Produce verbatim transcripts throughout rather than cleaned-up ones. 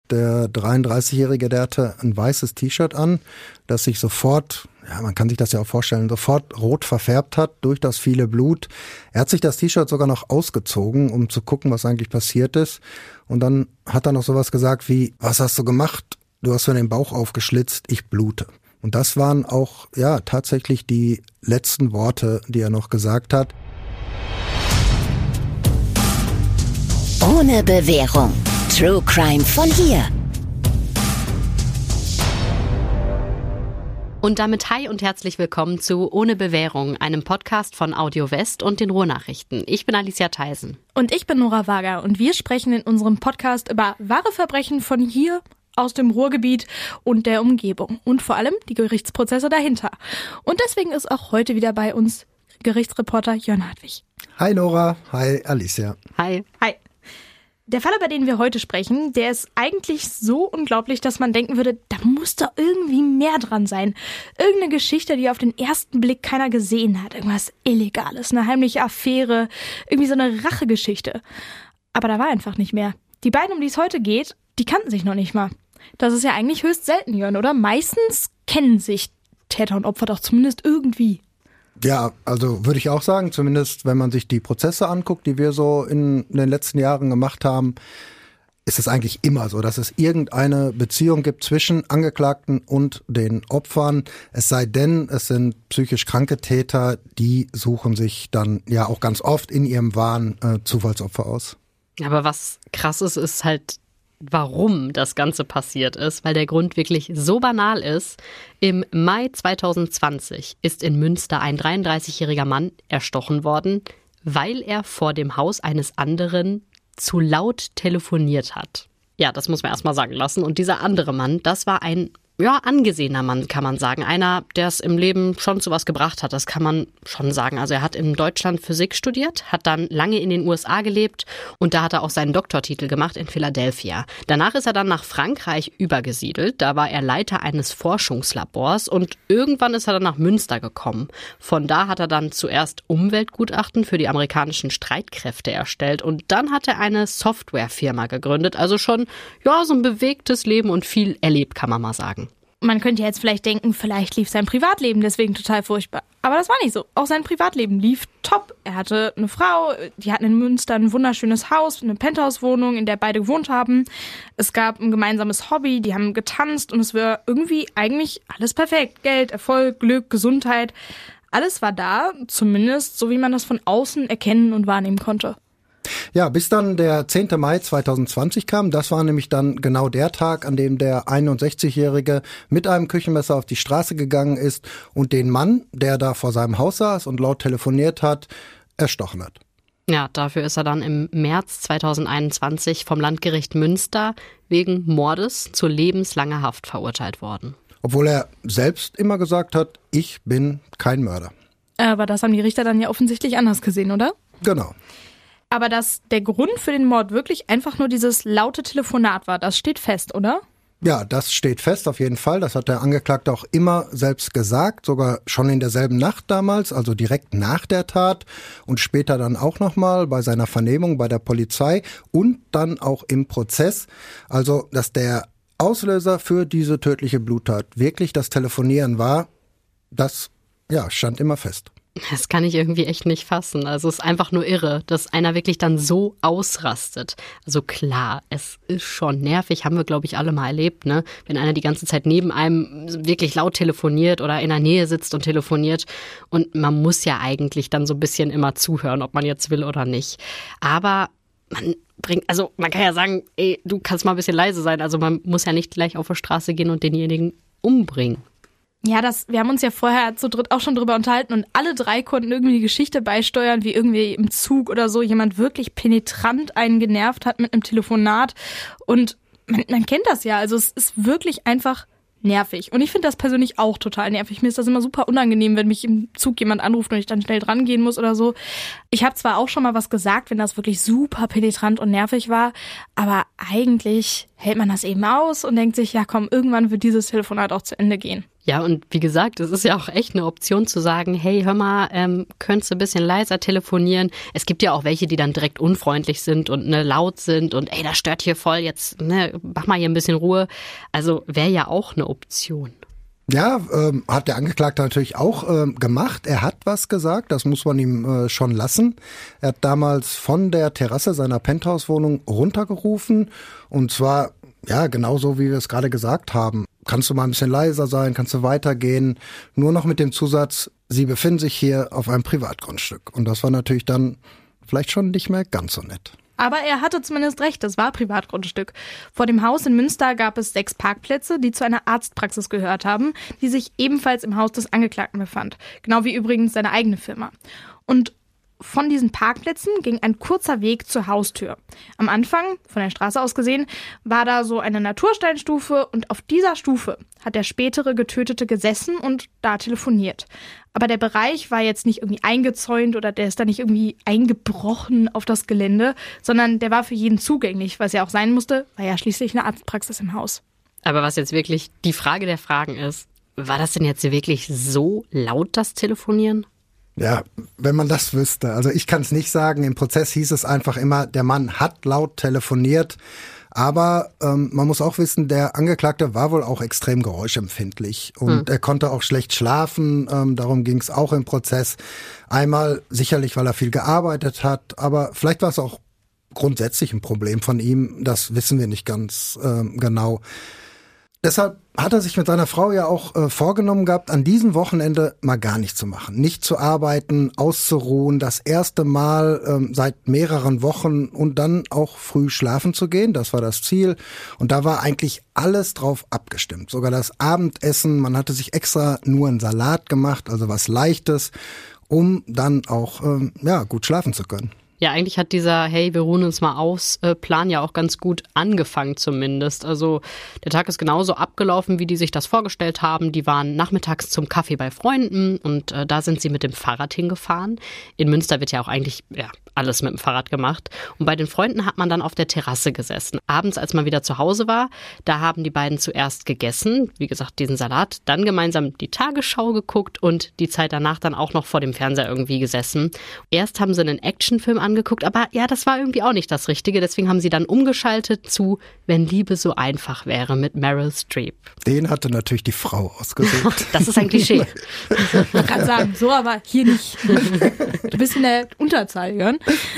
Der dreiunddreißigjährige, der hatte ein weißes T-Shirt an, das sich sofort, ja, man kann sich das ja auch vorstellen, sofort rot verfärbt hat durch das viele Blut. Er hat sich das T-Shirt sogar noch ausgezogen, um zu gucken, was eigentlich passiert ist. Und dann hat er noch sowas gesagt wie, was hast du gemacht? Du hast mir den Bauch aufgeschlitzt, ich blute. Und das waren auch, ja, tatsächlich die letzten Worte, die er noch gesagt hat. Ohne Bewährung. True Crime von hier. Und damit hi und herzlich willkommen zu Ohne Bewährung, einem Podcast von Audio West und den Ruhrnachrichten. Ich bin Alicia Theisen. Und ich bin Nora Wager und wir sprechen in unserem Podcast über wahre Verbrechen von hier, aus dem Ruhrgebiet und der Umgebung und vor allem die Gerichtsprozesse dahinter. Und deswegen ist auch heute wieder bei uns Gerichtsreporter Jörn Hartwig. Hi Nora, hi Alicia. Hi. Hi. Der Fall, über den wir heute sprechen, der ist eigentlich so unglaublich, dass man denken würde, da muss da irgendwie mehr dran sein. Irgendeine Geschichte, die auf den ersten Blick keiner gesehen hat. Irgendwas Illegales, eine heimliche Affäre, irgendwie so eine Rachegeschichte. Aber da war einfach nicht mehr. Die beiden, um die es heute geht, die kannten sich noch nicht mal. Das ist ja eigentlich höchst selten, Jörn, oder? Meistens kennen sich Täter und Opfer doch zumindest irgendwie. Ja, also würde ich auch sagen, zumindest wenn man sich die Prozesse anguckt, die wir so in den letzten Jahren gemacht haben, ist es eigentlich immer so, dass es irgendeine Beziehung gibt zwischen Angeklagten und den Opfern. Es sei denn, es sind psychisch kranke Täter, die suchen sich dann ja auch ganz oft in ihrem Wahn äh, Zufallsopfer aus. Aber was krass ist, ist halt, warum das Ganze passiert ist, weil der Grund wirklich so banal ist. Im Mai zweitausendzwanzig ist in Münster ein dreiunddreißigjähriger Mann erstochen worden, weil er vor dem Haus eines anderen zu laut telefoniert hat. Ja, das muss man erstmal sagen lassen. Und dieser andere Mann, das war ein ja, angesehener Mann, kann man sagen. Einer, der es im Leben schon zu was gebracht hat, das kann man schon sagen. Also er hat in Deutschland Physik studiert, hat dann lange in den U S A gelebt und da hat er auch seinen Doktortitel gemacht in Philadelphia. Danach ist er dann nach Frankreich übergesiedelt. Da war er Leiter eines Forschungslabors und irgendwann ist er dann nach Münster gekommen. Von da hat er dann zuerst Umweltgutachten für die amerikanischen Streitkräfte erstellt und dann hat er eine Softwarefirma gegründet. Also schon, ja, so ein bewegtes Leben und viel erlebt, kann man mal sagen. Man könnte jetzt vielleicht denken, vielleicht lief sein Privatleben deswegen total furchtbar. Aber das war nicht so. Auch sein Privatleben lief top. Er hatte eine Frau, die hatten in Münster ein wunderschönes Haus, eine Penthouse-Wohnung, in der beide gewohnt haben. Es gab ein gemeinsames Hobby, die haben getanzt und es war irgendwie eigentlich alles perfekt. Geld, Erfolg, Glück, Gesundheit. Alles war da, zumindest so wie man das von außen erkennen und wahrnehmen konnte. Ja, bis dann der zehnte Mai zweitausendzwanzig kam. Das war nämlich dann genau der Tag, an dem der einundsechzigjährige mit einem Küchenmesser auf die Straße gegangen ist und den Mann, der da vor seinem Haus saß und laut telefoniert hat, erstochen hat. Ja, dafür ist er dann im März zweitausendeinundzwanzig vom Landgericht Münster wegen Mordes zu lebenslanger Haft verurteilt worden. Obwohl er selbst immer gesagt hat, ich bin kein Mörder. Aber das haben die Richter dann ja offensichtlich anders gesehen, oder? Genau. Aber dass der Grund für den Mord wirklich einfach nur dieses laute Telefonat war, das steht fest, oder? Ja, das steht fest auf jeden Fall. Das hat der Angeklagte auch immer selbst gesagt, sogar schon in derselben Nacht damals, also direkt nach der Tat und später dann auch nochmal bei seiner Vernehmung bei der Polizei und dann auch im Prozess. Also, dass der Auslöser für diese tödliche Bluttat wirklich das Telefonieren war, das ja, stand immer fest. Das kann ich irgendwie echt nicht fassen. Also es ist einfach nur irre, dass einer wirklich dann so ausrastet. Also klar, es ist schon nervig, haben wir, glaube ich, alle mal erlebt, ne? Wenn einer die ganze Zeit neben einem wirklich laut telefoniert oder in der Nähe sitzt und telefoniert. Und man muss ja eigentlich dann so ein bisschen immer zuhören, ob man jetzt will oder nicht. Aber man bringt, also man kann ja sagen, ey, du kannst mal ein bisschen leise sein. Also man muss ja nicht gleich auf die Straße gehen und denjenigen umbringen. Ja, das, wir haben uns ja vorher zu dritt auch schon drüber unterhalten und alle drei konnten irgendwie die Geschichte beisteuern, wie irgendwie im Zug oder so jemand wirklich penetrant einen genervt hat mit einem Telefonat. Und man, man kennt das ja, also es ist wirklich einfach nervig. Und ich finde das persönlich auch total nervig. Mir ist das immer super unangenehm, wenn mich im Zug jemand anruft und ich dann schnell dran gehen muss oder so. Ich habe zwar auch schon mal was gesagt, wenn das wirklich super penetrant und nervig war, aber eigentlich hält man das eben aus und denkt sich, ja komm, irgendwann wird dieses Telefonat auch zu Ende gehen. Ja, und wie gesagt, es ist ja auch echt eine Option zu sagen, hey, hör mal, ähm, könntest du ein bisschen leiser telefonieren? Es gibt ja auch welche, die dann direkt unfreundlich sind und ne, laut sind und ey, das stört hier voll, jetzt ne, mach mal hier ein bisschen Ruhe. Also wäre ja auch eine Option. Ja, ähm, hat der Angeklagte natürlich auch ähm, gemacht. Er hat was gesagt, das muss man ihm äh, schon lassen. Er hat damals von der Terrasse seiner Penthouse-Wohnung runtergerufen und zwar, ja, genauso wie wir es gerade gesagt haben. Kannst du mal ein bisschen leiser sein, kannst du weitergehen, nur noch mit dem Zusatz, sie befinden sich hier auf einem Privatgrundstück. Und das war natürlich dann vielleicht schon nicht mehr ganz so nett. Aber er hatte zumindest recht, das war Privatgrundstück. Vor dem Haus in Münster gab es sechs Parkplätze, die zu einer Arztpraxis gehört haben, die sich ebenfalls im Haus des Angeklagten befand. Genau wie übrigens seine eigene Firma. Und von diesen Parkplätzen ging ein kurzer Weg zur Haustür. Am Anfang, von der Straße aus gesehen, war da so eine Natursteinstufe und auf dieser Stufe hat der spätere Getötete gesessen und da telefoniert. Aber der Bereich war jetzt nicht irgendwie eingezäunt oder der ist da nicht irgendwie eingebrochen auf das Gelände, sondern der war für jeden zugänglich, was ja auch sein musste, war ja schließlich eine Arztpraxis im Haus. Aber was jetzt wirklich die Frage der Fragen ist, war das denn jetzt wirklich so laut, das Telefonieren? Ja, wenn man das wüsste. Also ich kann es nicht sagen. Im Prozess hieß es einfach immer, der Mann hat laut telefoniert. Aber ähm, man muss auch wissen, der Angeklagte war wohl auch extrem geräuschempfindlich. Und hm. er konnte auch schlecht schlafen. Ähm, darum ging es auch im Prozess. Einmal sicherlich, weil er viel gearbeitet hat. Aber vielleicht war es auch grundsätzlich ein Problem von ihm. Das wissen wir nicht ganz ähm, genau. Deshalb hat er sich mit seiner Frau ja auch äh, vorgenommen gehabt, an diesem Wochenende mal gar nichts zu machen. Nicht zu arbeiten, auszuruhen, das erste Mal ähm, seit mehreren Wochen und dann auch früh schlafen zu gehen. Das war das Ziel. Und da war eigentlich alles drauf abgestimmt. Sogar das Abendessen. Man hatte sich extra nur einen Salat gemacht, also was Leichtes, um dann auch ähm, ja gut schlafen zu können. Ja, eigentlich hat dieser Hey, wir ruhen uns mal aus äh, Plan ja auch ganz gut angefangen zumindest. Also der Tag ist genauso abgelaufen, wie die sich das vorgestellt haben. Die waren nachmittags zum Kaffee bei Freunden und äh, da sind sie mit dem Fahrrad hingefahren. In Münster wird ja auch eigentlich ja, alles mit dem Fahrrad gemacht. Und bei den Freunden hat man dann auf der Terrasse gesessen. Abends, als man wieder zu Hause war, da haben die beiden zuerst gegessen, wie gesagt, diesen Salat, dann gemeinsam die Tagesschau geguckt und die Zeit danach dann auch noch vor dem Fernseher irgendwie gesessen. Erst haben sie einen Actionfilm angeguckt, aber ja, das war irgendwie auch nicht das Richtige. Deswegen haben sie dann umgeschaltet zu Wenn Liebe so einfach wäre mit Meryl Streep. Den hatte natürlich die Frau ausgesucht. Das ist ein Klischee. Man kann sagen, so, aber hier nicht. Du bist in der Unterzahl, Jörn.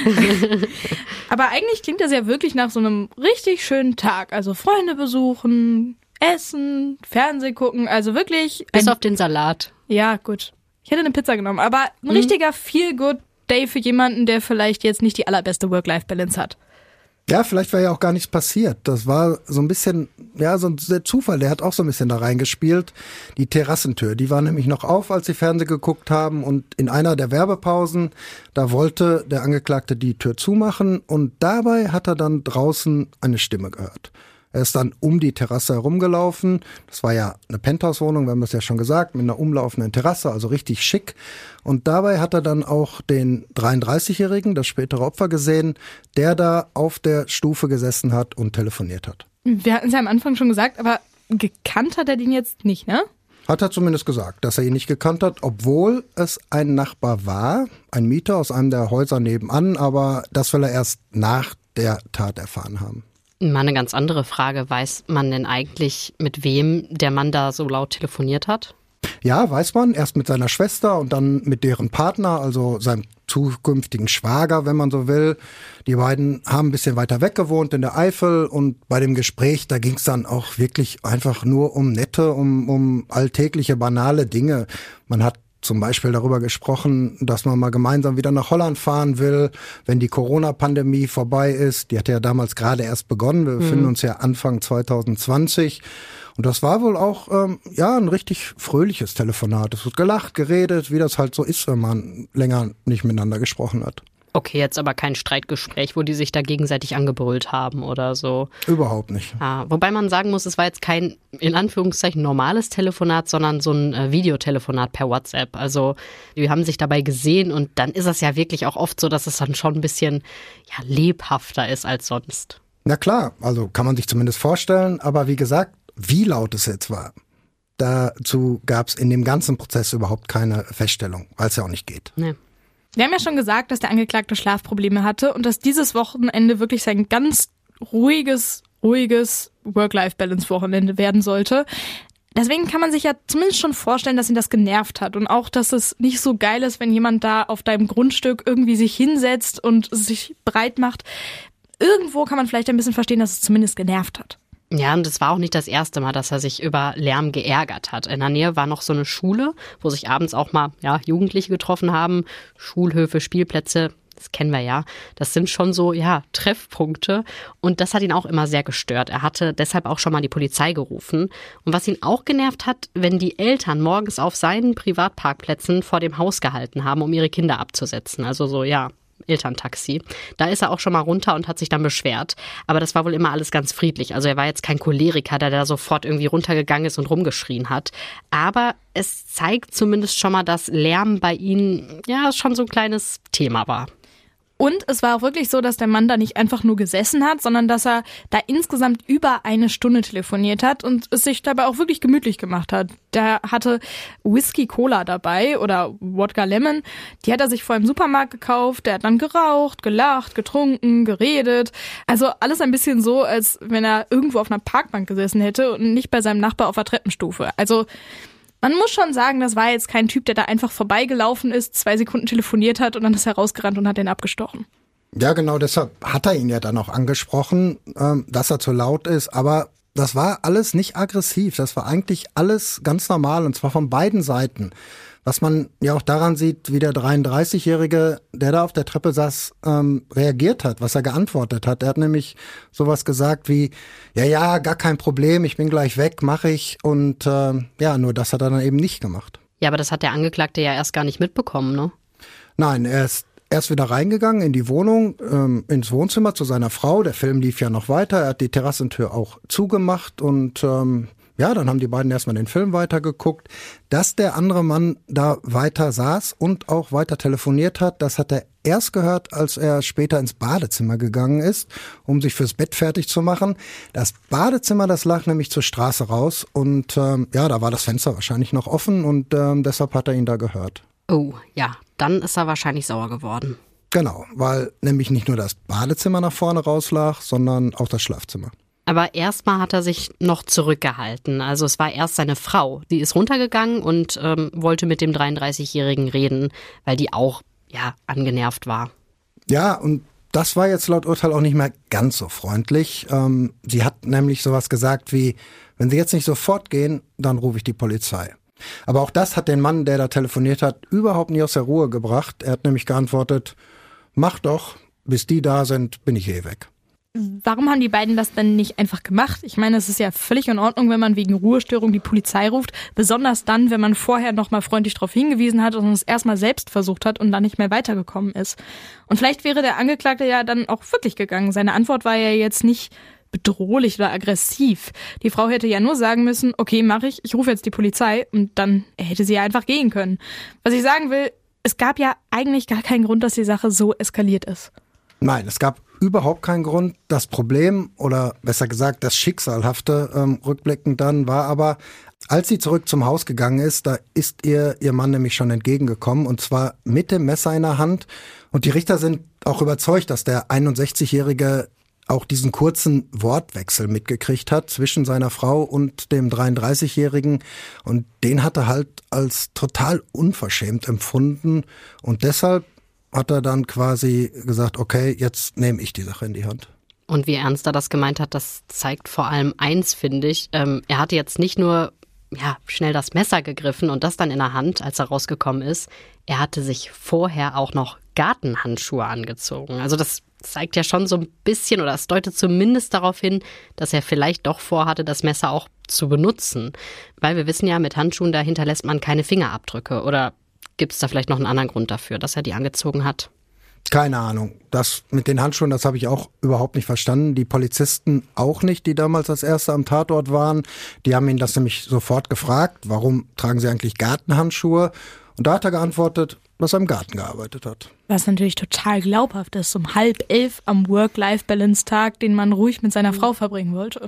Aber eigentlich klingt das ja wirklich nach so einem richtig schönen Tag. Also Freunde besuchen, essen, Fernsehen gucken, also wirklich. Bis auf den Salat. Ja, gut. Ich hätte eine Pizza genommen, aber ein mhm. richtiger Feel-Good-Day für jemanden, der vielleicht jetzt nicht die allerbeste Work-Life-Balance hat. Ja, vielleicht wäre ja auch gar nichts passiert. Das war so ein bisschen, ja, so der Zufall, der hat auch so ein bisschen da reingespielt. Die Terrassentür, die war nämlich noch auf, als sie Fernsehen geguckt haben und in einer der Werbepausen, da wollte der Angeklagte die Tür zumachen und dabei hat er dann draußen eine Stimme gehört. Er ist dann um die Terrasse herumgelaufen. Das war ja eine Penthouse-Wohnung, wir haben das ja schon gesagt, mit einer umlaufenden Terrasse, also richtig schick. Und dabei hat er dann auch den dreiunddreißigjährigen, das spätere Opfer, gesehen, der da auf der Stufe gesessen hat und telefoniert hat. Wir hatten es ja am Anfang schon gesagt, aber gekannt hat er den jetzt nicht, ne? Hat er zumindest gesagt, dass er ihn nicht gekannt hat, obwohl es ein Nachbar war, ein Mieter aus einem der Häuser nebenan, aber das will er erst nach der Tat erfahren haben. Mal eine ganz andere Frage. Weiß man denn eigentlich, mit wem der Mann da so laut telefoniert hat? Ja, weiß man. Erst mit seiner Schwester und dann mit deren Partner, also seinem zukünftigen Schwager, wenn man so will. Die beiden haben ein bisschen weiter weg gewohnt in der Eifel und bei dem Gespräch, da ging es dann auch wirklich einfach nur um nette, um, um alltägliche, banale Dinge. Man hat zum Beispiel darüber gesprochen, dass man mal gemeinsam wieder nach Holland fahren will, wenn die Corona-Pandemie vorbei ist. Die hatte ja damals gerade erst begonnen. Wir befinden mhm. uns ja Anfang zwanzig zwanzig. Und das war wohl auch ähm, ja ein richtig fröhliches Telefonat. Es wird gelacht, geredet, wie das halt so ist, wenn man länger nicht miteinander gesprochen hat. Okay, jetzt aber kein Streitgespräch, wo die sich da gegenseitig angebrüllt haben oder so. Überhaupt nicht. Ah, wobei man sagen muss, es war jetzt kein, in Anführungszeichen, normales Telefonat, sondern so ein äh, Videotelefonat per WhatsApp. Also die haben sich dabei gesehen und dann ist es ja wirklich auch oft so, dass es dann schon ein bisschen ja, lebhafter ist als sonst. Na klar, also kann man sich zumindest vorstellen. Aber wie gesagt, wie laut es jetzt war, dazu gab es in dem ganzen Prozess überhaupt keine Feststellung, weil es ja auch nicht geht. Nee. Wir haben ja schon gesagt, dass der Angeklagte Schlafprobleme hatte und dass dieses Wochenende wirklich sein ganz ruhiges, ruhiges Work-Life-Balance-Wochenende werden sollte. Deswegen kann man sich ja zumindest schon vorstellen, dass ihn das genervt hat und auch, dass es nicht so geil ist, wenn jemand da auf deinem Grundstück irgendwie sich hinsetzt und sich breit macht. Irgendwo kann man vielleicht ein bisschen verstehen, dass es zumindest genervt hat. Ja, und es war auch nicht das erste Mal, dass er sich über Lärm geärgert hat. In der Nähe war noch so eine Schule, wo sich abends auch mal ja, Jugendliche getroffen haben. Schulhöfe, Spielplätze, das kennen wir ja. Das sind schon so ja Treffpunkte. Und das hat ihn auch immer sehr gestört. Er hatte deshalb auch schon mal die Polizei gerufen. Und was ihn auch genervt hat, wenn die Eltern morgens auf seinen Privatparkplätzen vor dem Haus gehalten haben, um ihre Kinder abzusetzen. Also so, ja, Elterntaxi. Da ist er auch schon mal runter und hat sich dann beschwert. Aber das war wohl immer alles ganz friedlich. Also er war jetzt kein Choleriker, der da sofort irgendwie runtergegangen ist und rumgeschrien hat. Aber es zeigt zumindest schon mal, dass Lärm bei ihm ja schon so ein kleines Thema war. Und es war auch wirklich so, dass der Mann da nicht einfach nur gesessen hat, sondern dass er da insgesamt über eine Stunde telefoniert hat und es sich dabei auch wirklich gemütlich gemacht hat. Der hatte Whisky Cola dabei oder Wodka Lemon. Die hat er sich vor im Supermarkt gekauft. Der hat dann geraucht, gelacht, getrunken, geredet. Also alles ein bisschen so, als wenn er irgendwo auf einer Parkbank gesessen hätte und nicht bei seinem Nachbar auf der Treppenstufe. Also man muss schon sagen, das war jetzt kein Typ, der da einfach vorbeigelaufen ist, zwei Sekunden telefoniert hat und dann ist er rausgerannt und hat den abgestochen. Ja, genau, deshalb hat er ihn ja dann auch angesprochen, ähm, dass er zu laut ist. Aber das war alles nicht aggressiv. Das war eigentlich alles ganz normal und zwar von beiden Seiten. Was man ja auch daran sieht, wie der dreiunddreißigjährige, der da auf der Treppe saß, ähm, reagiert hat, was er geantwortet hat. Er hat nämlich sowas gesagt wie, ja, ja, gar kein Problem, ich bin gleich weg, mache ich. Und äh, ja, nur das hat er dann eben nicht gemacht. Ja, aber das hat der Angeklagte ja erst gar nicht mitbekommen, ne? Nein, er ist erst wieder reingegangen in die Wohnung, ähm, ins Wohnzimmer zu seiner Frau. Der Film lief ja noch weiter, er hat die Terrassentür auch zugemacht und ähm, ja, dann haben die beiden erstmal den Film weitergeguckt. Dass der andere Mann da weiter saß und auch weiter telefoniert hat, das hat er erst gehört, als er später ins Badezimmer gegangen ist, um sich fürs Bett fertig zu machen. Das Badezimmer, das lag nämlich zur Straße raus und ähm, ja, da war das Fenster wahrscheinlich noch offen und ähm, deshalb hat er ihn da gehört. Oh, ja, dann ist er wahrscheinlich sauer geworden. Genau, weil nämlich nicht nur das Badezimmer nach vorne rauslag, sondern auch das Schlafzimmer. Aber erstmal hat er sich noch zurückgehalten. Also es war erst seine Frau. Die ist runtergegangen und ähm, wollte mit dem dreiunddreißigjährigen reden, weil die auch ja angenervt war. Ja, und das war jetzt laut Urteil auch nicht mehr ganz so freundlich. Ähm, sie hat nämlich sowas gesagt wie, wenn Sie jetzt nicht sofort gehen, dann rufe ich die Polizei. Aber auch das hat den Mann, der da telefoniert hat, überhaupt nicht aus der Ruhe gebracht. Er hat nämlich geantwortet, mach doch, bis die da sind, bin ich eh weg. Warum haben die beiden das denn nicht einfach gemacht? Ich meine, es ist ja völlig in Ordnung, wenn man wegen Ruhestörung die Polizei ruft. Besonders dann, wenn man vorher noch mal freundlich darauf hingewiesen hat und es erstmal selbst versucht hat und dann nicht mehr weitergekommen ist. Und vielleicht wäre der Angeklagte ja dann auch wirklich gegangen. Seine Antwort war ja jetzt nicht bedrohlich oder aggressiv. Die Frau hätte ja nur sagen müssen, okay, mache ich, ich rufe jetzt die Polizei und dann hätte sie ja einfach gehen können. Was ich sagen will, es gab ja eigentlich gar keinen Grund, dass die Sache so eskaliert ist. Nein, es gab überhaupt keinen Grund. Das Problem oder besser gesagt das Schicksalhafte ähm, rückblickend dann war aber, als sie zurück zum Haus gegangen ist, da ist ihr ihr Mann nämlich schon entgegengekommen und zwar mit dem Messer in der Hand. Und die Richter sind auch überzeugt, dass der einundsechzigjährige auch diesen kurzen Wortwechsel mitgekriegt hat zwischen seiner Frau und dem dreiunddreißigjährigen und den hat er halt als total unverschämt empfunden und deshalb hat er dann quasi gesagt, okay, jetzt nehme ich die Sache in die Hand. Und wie ernst er das gemeint hat, das zeigt vor allem eins, finde ich. Ähm, er hatte jetzt nicht nur ja, schnell das Messer gegriffen und das dann in der Hand, als er rausgekommen ist. Er hatte sich vorher auch noch Gartenhandschuhe angezogen. Also das zeigt ja schon so ein bisschen oder es deutet zumindest darauf hin, dass er vielleicht doch vorhatte, das Messer auch zu benutzen. Weil wir wissen ja, mit Handschuhen, da hinterlässt man keine Fingerabdrücke. Oder gibt es da vielleicht noch einen anderen Grund dafür, dass er die angezogen hat? Keine Ahnung. Das mit den Handschuhen, das habe ich auch überhaupt nicht verstanden. Die Polizisten auch nicht, die damals als Erste am Tatort waren. Die haben ihn das nämlich sofort gefragt, warum tragen sie eigentlich Gartenhandschuhe? Und da hat er geantwortet, dass er im Garten gearbeitet hat. Was natürlich total glaubhaft ist, um halb elf am Work-Life-Balance-Tag, den man ruhig mit seiner Frau verbringen wollte.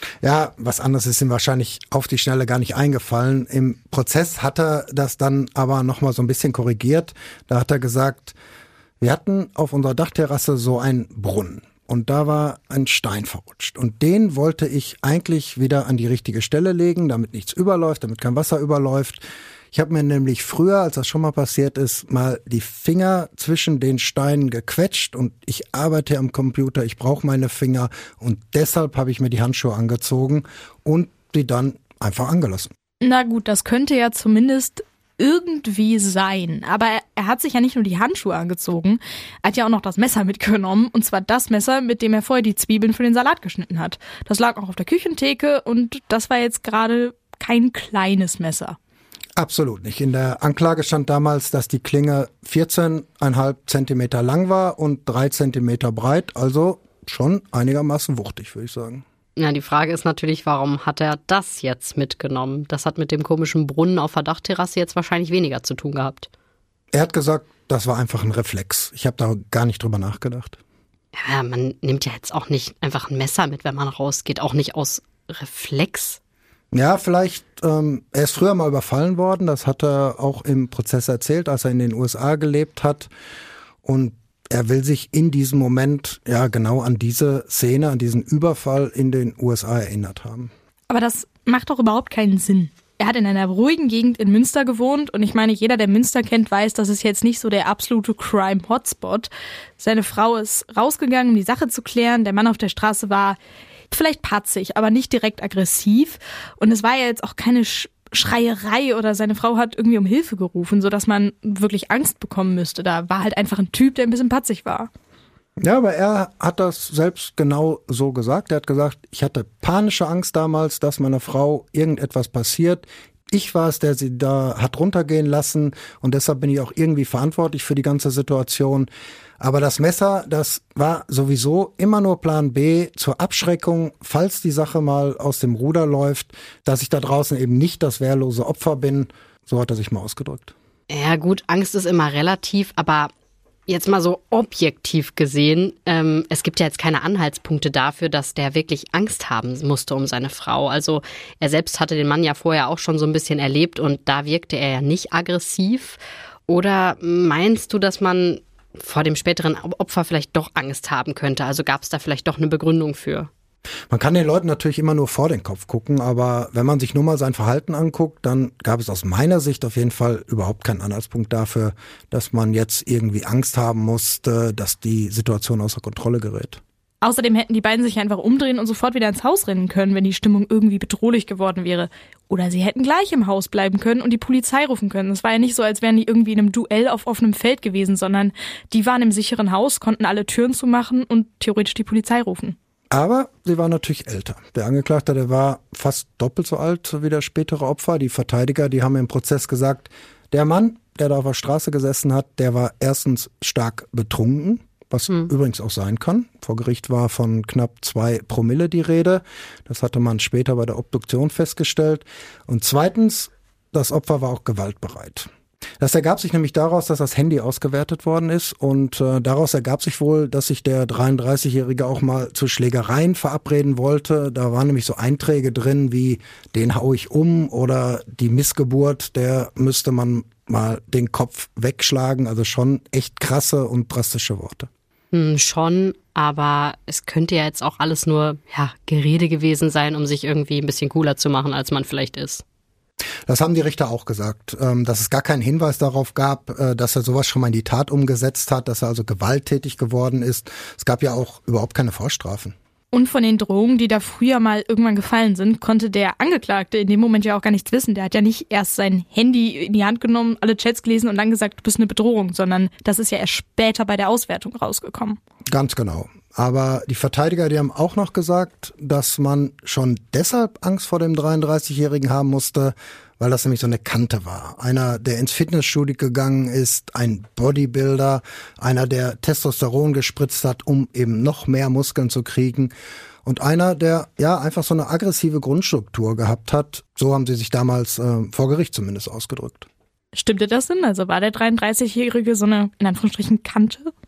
Ja, was anderes ist ihm wahrscheinlich auf die Schnelle gar nicht eingefallen. Im Prozess hat er das dann aber nochmal so ein bisschen korrigiert. Da hat er gesagt, wir hatten auf unserer Dachterrasse so einen Brunnen und da war ein Stein verrutscht. Und den wollte ich eigentlich wieder an die richtige Stelle legen, damit nichts überläuft, damit kein Wasser überläuft. Ich habe mir nämlich früher, als das schon mal passiert ist, mal die Finger zwischen den Steinen gequetscht und ich arbeite am Computer, ich brauche meine Finger und deshalb habe ich mir die Handschuhe angezogen und die dann einfach angelassen. Na gut, das könnte ja zumindest irgendwie sein. Aber er, er hat sich ja nicht nur die Handschuhe angezogen, er hat ja auch noch das Messer mitgenommen. Und zwar das Messer, mit dem er vorher die Zwiebeln für den Salat geschnitten hat. Das lag auch auf der Küchentheke und das war jetzt gerade kein kleines Messer. Absolut nicht. In der Anklage stand damals, dass die Klinge vierzehn Komma fünf Zentimeter lang war und drei Zentimeter breit. Also schon einigermaßen wuchtig, würde ich sagen. Ja, die Frage ist natürlich, warum hat er das jetzt mitgenommen? Das hat mit dem komischen Brunnen auf der Dachterrasse jetzt wahrscheinlich weniger zu tun gehabt. Er hat gesagt, das war einfach ein Reflex. Ich habe da gar nicht drüber nachgedacht. Ja, man nimmt ja jetzt auch nicht einfach ein Messer mit, wenn man rausgeht. Auch nicht aus Reflex. Ja, vielleicht, ähm, er ist früher mal überfallen worden. Das hat er auch im Prozess erzählt, als er in den U S A gelebt hat. Und er will sich in diesem Moment ja genau an diese Szene, an diesen Überfall in den U S A erinnert haben. Aber das macht doch überhaupt keinen Sinn. Er hat in einer ruhigen Gegend in Münster gewohnt und ich meine, jeder, der Münster kennt, weiß, das ist jetzt nicht so der absolute Crime-Hotspot. Seine Frau ist rausgegangen, um die Sache zu klären. Der Mann auf der Straße war vielleicht patzig, aber nicht direkt aggressiv. Und es war ja jetzt auch keine Sch- Schreierei oder seine Frau hat irgendwie um Hilfe gerufen, sodass man wirklich Angst bekommen müsste. Da war halt einfach ein Typ, der ein bisschen patzig war. Ja, aber er hat das selbst genau so gesagt. Er hat gesagt, ich hatte panische Angst damals, dass meiner Frau irgendetwas passiert. Ich war es, der sie da hat runtergehen lassen und deshalb bin ich auch irgendwie verantwortlich für die ganze Situation. Aber das Messer, das war sowieso immer nur Plan B zur Abschreckung, falls die Sache mal aus dem Ruder läuft, dass ich da draußen eben nicht das wehrlose Opfer bin. So hat er sich mal ausgedrückt. Ja gut, Angst ist immer relativ, aber jetzt mal so objektiv gesehen, ähm, es gibt ja jetzt keine Anhaltspunkte dafür, dass der wirklich Angst haben musste um seine Frau. Also er selbst hatte den Mann ja vorher auch schon so ein bisschen erlebt und da wirkte er ja nicht aggressiv. Oder meinst du, dass man vor dem späteren Opfer vielleicht doch Angst haben könnte? Also gab es da vielleicht doch eine Begründung für? Man kann den Leuten natürlich immer nur vor den Kopf gucken, aber wenn man sich nur mal sein Verhalten anguckt, dann gab es aus meiner Sicht auf jeden Fall überhaupt keinen Anhaltspunkt dafür, dass man jetzt irgendwie Angst haben musste, dass die Situation außer Kontrolle gerät. Außerdem hätten die beiden sich einfach umdrehen und sofort wieder ins Haus rennen können, wenn die Stimmung irgendwie bedrohlich geworden wäre. Oder sie hätten gleich im Haus bleiben können und die Polizei rufen können. Es war ja nicht so, als wären die irgendwie in einem Duell auf offenem Feld gewesen, sondern die waren im sicheren Haus, konnten alle Türen zumachen und theoretisch die Polizei rufen. Aber sie war natürlich älter. Der Angeklagte, der war fast doppelt so alt wie der spätere Opfer. Die Verteidiger, die haben im Prozess gesagt, der Mann, der da auf der Straße gesessen hat, der war erstens stark betrunken, was hm. übrigens auch sein kann. Vor Gericht war von knapp zwei Promille die Rede. Das hatte man später bei der Obduktion festgestellt. Und zweitens, das Opfer war auch gewaltbereit. Das ergab sich nämlich daraus, dass das Handy ausgewertet worden ist und äh, daraus ergab sich wohl, dass sich der dreiunddreißigjährige auch mal zu Schlägereien verabreden wollte. Da waren nämlich so Einträge drin wie, den hau ich um oder die Missgeburt, der müsste man mal den Kopf wegschlagen. Also schon echt krasse und drastische Worte. Hm, schon, aber es könnte ja jetzt auch alles nur ja, Gerede gewesen sein, um sich irgendwie ein bisschen cooler zu machen, als man vielleicht ist. Das haben die Richter auch gesagt, dass es gar keinen Hinweis darauf gab, dass er sowas schon mal in die Tat umgesetzt hat, dass er also gewalttätig geworden ist. Es gab ja auch überhaupt keine Vorstrafen. Und von den Drohungen, die da früher mal irgendwann gefallen sind, konnte der Angeklagte in dem Moment ja auch gar nichts wissen. Der hat ja nicht erst sein Handy in die Hand genommen, alle Chats gelesen und dann gesagt, du bist eine Bedrohung, sondern das ist ja erst später bei der Auswertung rausgekommen. Ganz genau. Aber die Verteidiger, die haben auch noch gesagt, dass man schon deshalb Angst vor dem dreiunddreißigjährigen haben musste, weil das nämlich so eine Kante war. Einer, der ins Fitnessstudio gegangen ist, ein Bodybuilder, einer, der Testosteron gespritzt hat, um eben noch mehr Muskeln zu kriegen. Und einer, der ja einfach so eine aggressive Grundstruktur gehabt hat. So haben sie sich damals äh, vor Gericht zumindest ausgedrückt. Stimmte das denn? Also war der dreiunddreißigjährige so eine, in Anführungsstrichen, Kante?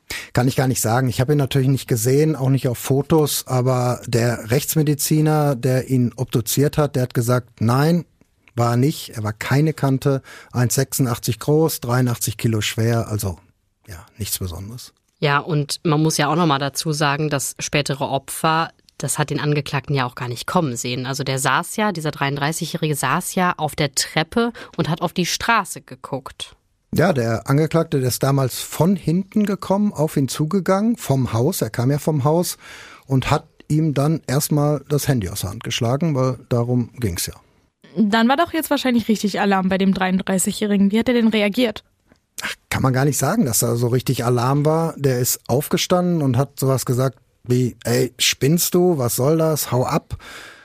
Kann ich gar nicht sagen. Ich habe ihn natürlich nicht gesehen, auch nicht auf Fotos, aber der Rechtsmediziner, der ihn obduziert hat, der hat gesagt, nein, war er nicht. Er war keine Kante, eins Komma sechsundachtzig groß, dreiundachtzig Kilo schwer, also ja, nichts Besonderes. Ja, und man muss ja auch nochmal dazu sagen, das spätere Opfer, das hat den Angeklagten ja auch gar nicht kommen sehen. Also der saß ja, dieser dreiunddreißigjährige saß ja auf der Treppe und hat auf die Straße geguckt. Ja, der Angeklagte, der ist damals von hinten gekommen, auf ihn zugegangen, vom Haus, er kam ja vom Haus und hat ihm dann erstmal das Handy aus der Hand geschlagen, weil darum ging's ja. Dann war doch jetzt wahrscheinlich richtig Alarm bei dem dreiunddreißigjährigen. Wie hat er denn reagiert? Ach, kann man gar nicht sagen, dass da so richtig Alarm war. Der ist aufgestanden und hat sowas gesagt wie, ey, spinnst du, was soll das, hau ab.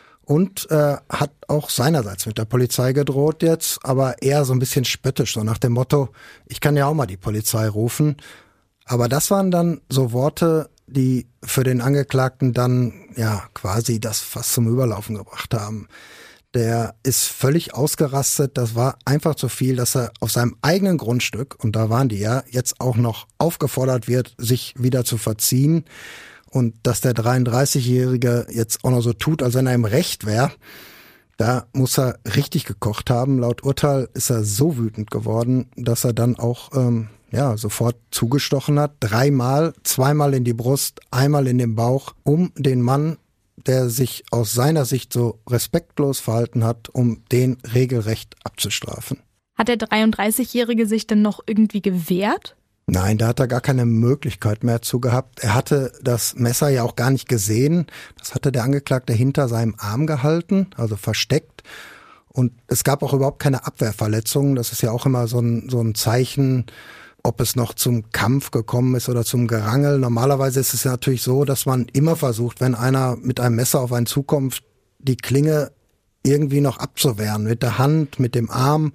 Und äh, hat auch seinerseits mit der Polizei gedroht jetzt, aber eher so ein bisschen spöttisch, so nach dem Motto, ich kann ja auch mal die Polizei rufen. Aber das waren dann so Worte, die für den Angeklagten dann ja quasi das fast zum Überlaufen gebracht haben. Der ist völlig ausgerastet, das war einfach zu viel, dass er auf seinem eigenen Grundstück, und da waren die ja, jetzt auch noch aufgefordert wird, sich wieder zu verziehen. Und dass der dreiunddreißigjährige jetzt auch noch so tut, als wenn er im Recht wäre, da muss er richtig gekocht haben. Laut Urteil ist er so wütend geworden, dass er dann auch ähm, ja sofort zugestochen hat. Dreimal, zweimal in die Brust, einmal in den Bauch, um den Mann, der sich aus seiner Sicht so respektlos verhalten hat, um den regelrecht abzustrafen. Hat der dreiunddreißigjährige sich denn noch irgendwie gewehrt? Nein, da hat er gar keine Möglichkeit mehr zu gehabt. Er hatte das Messer ja auch gar nicht gesehen. Das hatte der Angeklagte hinter seinem Arm gehalten, also versteckt. Und es gab auch überhaupt keine Abwehrverletzungen. Das ist ja auch immer so ein, so ein Zeichen, ob es noch zum Kampf gekommen ist oder zum Gerangel. Normalerweise ist es ja natürlich so, dass man immer versucht, wenn einer mit einem Messer auf einen zukommt, die Klinge irgendwie noch abzuwehren. Mit der Hand, mit dem Arm.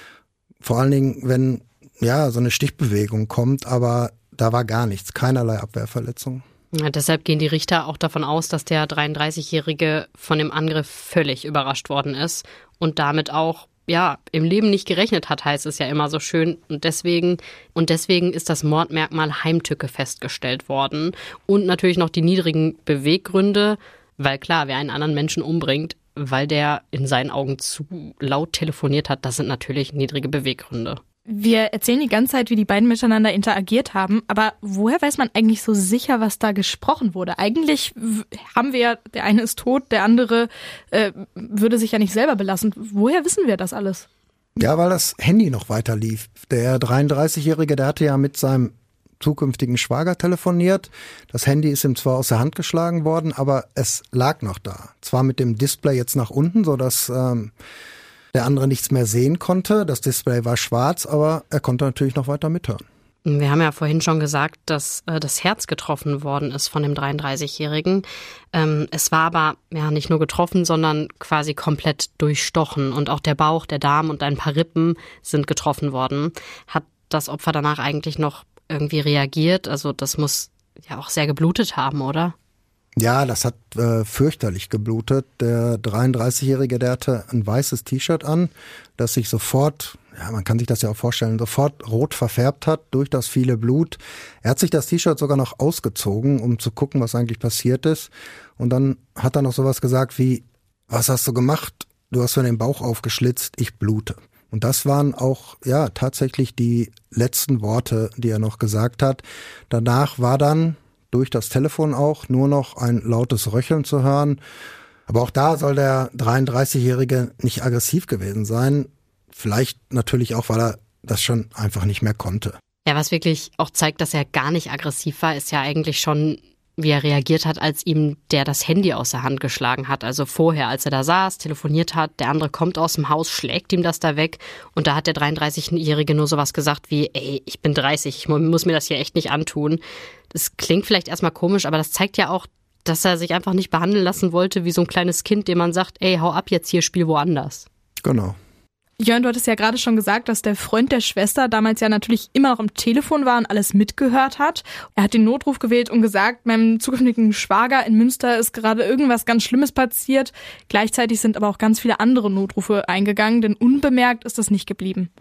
Vor allen Dingen, wenn ja so eine Stichbewegung kommt, aber da war gar nichts, keinerlei Abwehrverletzung. Ja, deshalb gehen die Richter auch davon aus, dass der dreiunddreißigjährige von dem Angriff völlig überrascht worden ist und damit auch ja im Leben nicht gerechnet hat, heißt es ja immer so schön. Und deswegen, und deswegen ist das Mordmerkmal Heimtücke festgestellt worden. Und natürlich noch die niedrigen Beweggründe, weil klar, wer einen anderen Menschen umbringt, weil der in seinen Augen zu laut telefoniert hat, das sind natürlich niedrige Beweggründe. Wir erzählen die ganze Zeit, wie die beiden miteinander interagiert haben, aber woher weiß man eigentlich so sicher, was da gesprochen wurde? Eigentlich haben wir ja, der eine ist tot, der andere äh, würde sich ja nicht selber belassen. Woher wissen wir das alles? Ja, weil das Handy noch weiter lief. Der dreiunddreißigjährige, der hatte ja mit seinem zukünftigen Schwager telefoniert. Das Handy ist ihm zwar aus der Hand geschlagen worden, aber es lag noch da. Zwar mit dem Display jetzt nach unten, sodass ähm, der andere nichts mehr sehen konnte. Das Display war schwarz, aber er konnte natürlich noch weiter mithören. Wir haben ja vorhin schon gesagt, dass äh, das Herz getroffen worden ist von dem dreiunddreißigjährigen. Ähm, es war aber ja nicht nur getroffen, sondern quasi komplett durchstochen. Und auch der Bauch, der Darm und ein paar Rippen sind getroffen worden. Hat das Opfer danach eigentlich noch irgendwie reagiert? Also das muss ja auch sehr geblutet haben, oder? Ja, das hat äh, fürchterlich geblutet. Der dreiunddreißigjährige, der hatte ein weißes T-Shirt an, das sich sofort, ja, man kann sich das ja auch vorstellen, sofort rot verfärbt hat durch das viele Blut. Er hat sich das T-Shirt sogar noch ausgezogen, um zu gucken, was eigentlich passiert ist. Und dann hat er noch sowas gesagt wie, was hast du gemacht? Du hast mir den Bauch aufgeschlitzt, ich blute. Und das waren auch, ja, tatsächlich die letzten Worte, die er noch gesagt hat. Danach war dann durch das Telefon auch nur noch ein lautes Röcheln zu hören. Aber auch da soll der dreiunddreißigjährige nicht aggressiv gewesen sein. Vielleicht natürlich auch, weil er das schon einfach nicht mehr konnte. Ja, was wirklich auch zeigt, dass er gar nicht aggressiv war, ist ja eigentlich schon, wie er reagiert hat, als ihm der das Handy aus der Hand geschlagen hat. Also vorher, als er da saß, telefoniert hat, der andere kommt aus dem Haus, schlägt ihm das da weg. Und da hat der dreiunddreißigjährige nur sowas gesagt wie, ey, ich bin dreißig, ich muss mir das hier echt nicht antun. Das klingt vielleicht erstmal komisch, aber das zeigt ja auch, dass er sich einfach nicht behandeln lassen wollte wie so ein kleines Kind, dem man sagt, ey, hau ab jetzt hier, spiel woanders. Genau. Jörn, du hattest ja gerade schon gesagt, dass der Freund der Schwester damals ja natürlich immer noch am Telefon war und alles mitgehört hat. Er hat den Notruf gewählt und gesagt, meinem zukünftigen Schwager in Münster ist gerade irgendwas ganz Schlimmes passiert. Gleichzeitig sind aber auch ganz viele andere Notrufe eingegangen, denn unbemerkt ist das nicht geblieben.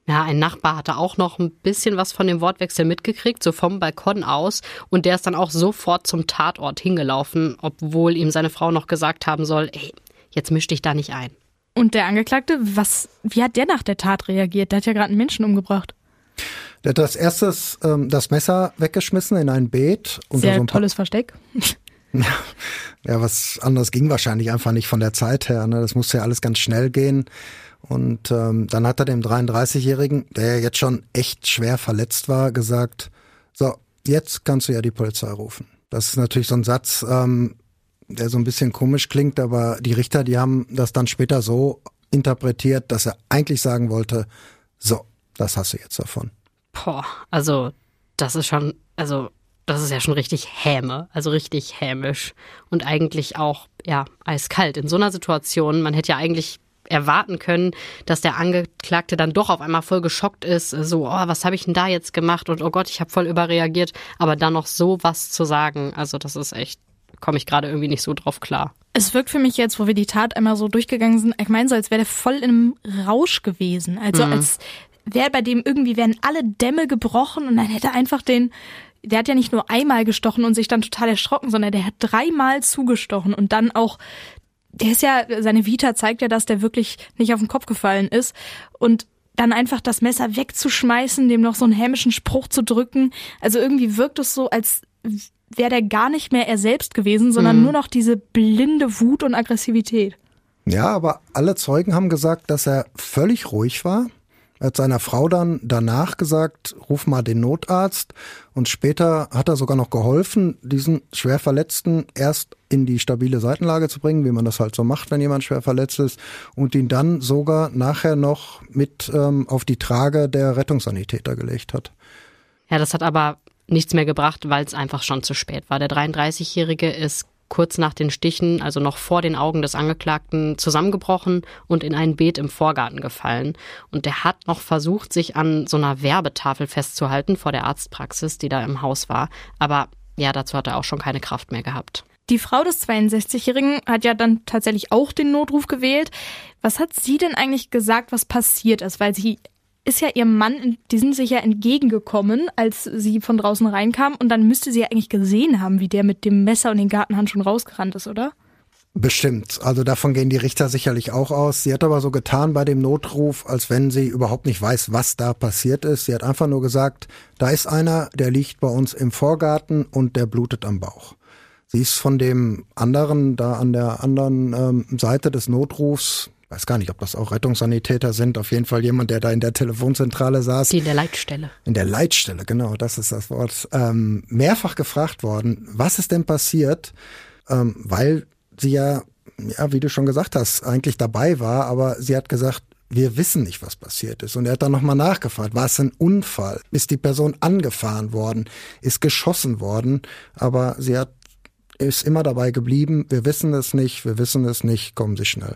Ja, ein Nachbar hatte auch noch ein bisschen was von dem Wortwechsel mitgekriegt, so vom Balkon aus. Und der ist dann auch sofort zum Tatort hingelaufen, obwohl ihm seine Frau noch gesagt haben soll, ey, jetzt misch dich da nicht ein. Und der Angeklagte, was, wie hat der nach der Tat reagiert? Der hat ja gerade einen Menschen umgebracht. Der hat als erstes ähm, das Messer weggeschmissen in ein Beet. Sehr so ein tolles Versteck. Ja, ja, was anderes ging wahrscheinlich einfach nicht von der Zeit her. Ne? Das musste ja alles ganz schnell gehen. Und ähm, dann hat er dem dreiunddreißigjährigen, der ja jetzt schon echt schwer verletzt war, gesagt, so, jetzt kannst du ja die Polizei rufen. Das ist natürlich so ein Satz, ähm, der so ein bisschen komisch klingt, aber die Richter, die haben das dann später so interpretiert, dass er eigentlich sagen wollte, so, das hast du jetzt davon. Boah, also das ist schon, also das ist ja schon richtig Häme, also richtig hämisch und eigentlich auch, ja, eiskalt. In so einer Situation, man hätte ja eigentlich erwarten können, dass der Angeklagte dann doch auf einmal voll geschockt ist, so, oh, was habe ich denn da jetzt gemacht und oh Gott, ich habe voll überreagiert, aber dann noch so was zu sagen, also das ist echt, komme ich gerade irgendwie nicht so drauf klar. Es wirkt für mich jetzt, wo wir die Tat einmal so durchgegangen sind, ich meine so, als wäre der voll in einem Rausch gewesen, also mhm. als wäre bei dem irgendwie, wären alle Dämme gebrochen und dann hätte er einfach den, der hat ja nicht nur einmal gestochen und sich dann total erschrocken, sondern der hat dreimal zugestochen und dann auch, der ist ja, seine Vita zeigt ja, dass der wirklich nicht auf den Kopf gefallen ist und dann einfach das Messer wegzuschmeißen, dem noch so einen hämischen Spruch zu drücken, also irgendwie wirkt es so, als wäre der gar nicht mehr er selbst gewesen, sondern mhm. nur noch diese blinde Wut und Aggressivität. Ja, aber alle Zeugen haben gesagt, dass er völlig ruhig war. Er hat seiner Frau dann danach gesagt, ruf mal den Notarzt. Und später hat er sogar noch geholfen, diesen schwer Verletzten erst in die stabile Seitenlage zu bringen, wie man das halt so macht, wenn jemand schwer verletzt ist. Und ihn dann sogar nachher noch mit ähm, auf die Trage der Rettungssanitäter gelegt hat. Ja, das hat aber nichts mehr gebracht, weil es einfach schon zu spät war. Der dreiunddreißigjährige ist kurz nach den Stichen, also noch vor den Augen des Angeklagten, zusammengebrochen und in ein Beet im Vorgarten gefallen. Und der hat noch versucht, sich an so einer Werbetafel festzuhalten vor der Arztpraxis, die da im Haus war. Aber ja, dazu hat er auch schon keine Kraft mehr gehabt. Die Frau des zweiundsechzigjährigen hat ja dann tatsächlich auch den Notruf gewählt. Was hat sie denn eigentlich gesagt, was passiert ist? Weil sie ist ja ihrem Mann, die sind sich ja entgegengekommen, als sie von draußen reinkam. Und dann müsste sie ja eigentlich gesehen haben, wie der mit dem Messer und den Gartenhandschuhen rausgerannt ist, oder? Bestimmt. Also davon gehen die Richter sicherlich auch aus. Sie hat aber so getan bei dem Notruf, als wenn sie überhaupt nicht weiß, was da passiert ist. Sie hat einfach nur gesagt, da ist einer, der liegt bei uns im Vorgarten und der blutet am Bauch. Sie ist von dem anderen, da an der anderen ähm, Seite des Notrufs, ich weiß gar nicht, ob das auch Rettungssanitäter sind, auf jeden Fall jemand, der da in der Telefonzentrale saß. Die in der Leitstelle. In der Leitstelle, genau, das ist das Wort. Ähm, mehrfach gefragt worden, was ist denn passiert, ähm, weil sie ja, ja, wie du schon gesagt hast, eigentlich dabei war, aber sie hat gesagt, wir wissen nicht, was passiert ist. Und er hat dann nochmal nachgefragt, war es ein Unfall? Ist die Person angefahren worden? Ist geschossen worden? Aber sie hat, ist immer dabei geblieben, wir wissen es nicht, wir wissen es nicht, kommen Sie schnell.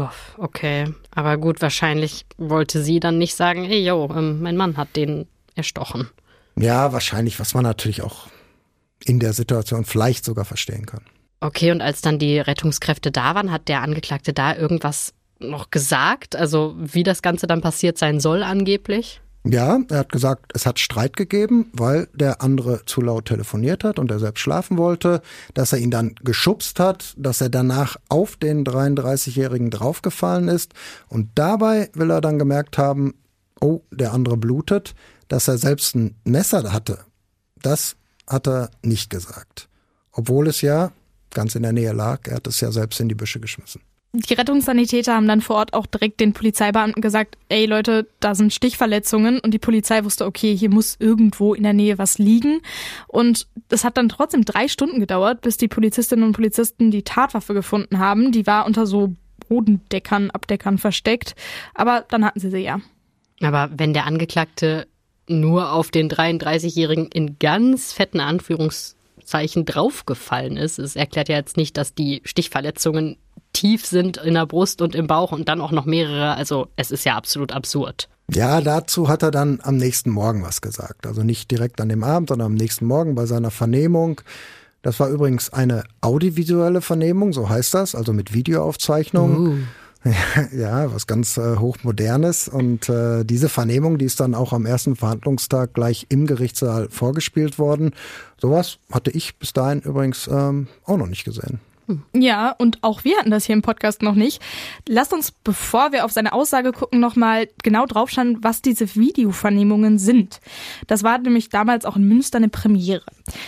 Okay, aber gut, wahrscheinlich wollte sie dann nicht sagen, ey, yo, ähm, mein Mann hat den erstochen. Ja, wahrscheinlich, was man natürlich auch in der Situation vielleicht sogar verstehen kann. Okay, und als dann die Rettungskräfte da waren, hat der Angeklagte da irgendwas noch gesagt? Also wie das Ganze dann passiert sein soll angeblich? Ja, er hat gesagt, es hat Streit gegeben, weil der andere zu laut telefoniert hat und er selbst schlafen wollte, dass er ihn dann geschubst hat, dass er danach auf den dreiunddreißigjährigen draufgefallen ist und dabei will er dann gemerkt haben, oh, der andere blutet, dass er selbst ein Messer hatte. Das hat er nicht gesagt, obwohl es ja ganz in der Nähe lag, er hat es ja selbst in die Büsche geschmissen. Die Rettungssanitäter haben dann vor Ort auch direkt den Polizeibeamten gesagt, ey Leute, da sind Stichverletzungen und die Polizei wusste, okay, hier muss irgendwo in der Nähe was liegen und es hat dann trotzdem drei Stunden gedauert, bis die Polizistinnen und Polizisten die Tatwaffe gefunden haben. Die war unter so Bodendeckern, Abdeckern versteckt, aber dann hatten sie sie ja. Aber wenn der Angeklagte nur auf den dreiunddreißigjährigen in ganz fetten Anführungszeichen draufgefallen ist, es erklärt ja jetzt nicht, dass die Stichverletzungen tief sind in der Brust und im Bauch und dann auch noch mehrere. Also es ist ja absolut absurd. Ja, dazu hat er dann am nächsten Morgen was gesagt. Also nicht direkt an dem Abend, sondern am nächsten Morgen bei seiner Vernehmung. Das war übrigens eine audiovisuelle Vernehmung, so heißt das, also mit Videoaufzeichnung. Uh. Ja, was ganz äh, Hochmodernes. Und äh, diese Vernehmung, die ist dann auch am ersten Verhandlungstag gleich im Gerichtssaal vorgespielt worden. Sowas hatte ich bis dahin übrigens ähm, auch noch nicht gesehen. Ja, und auch wir hatten das hier im Podcast noch nicht. Lasst uns, bevor wir auf seine Aussage gucken, nochmal genau draufschauen, was diese Videovernehmungen sind. Das war nämlich damals auch in Münster eine Premiere.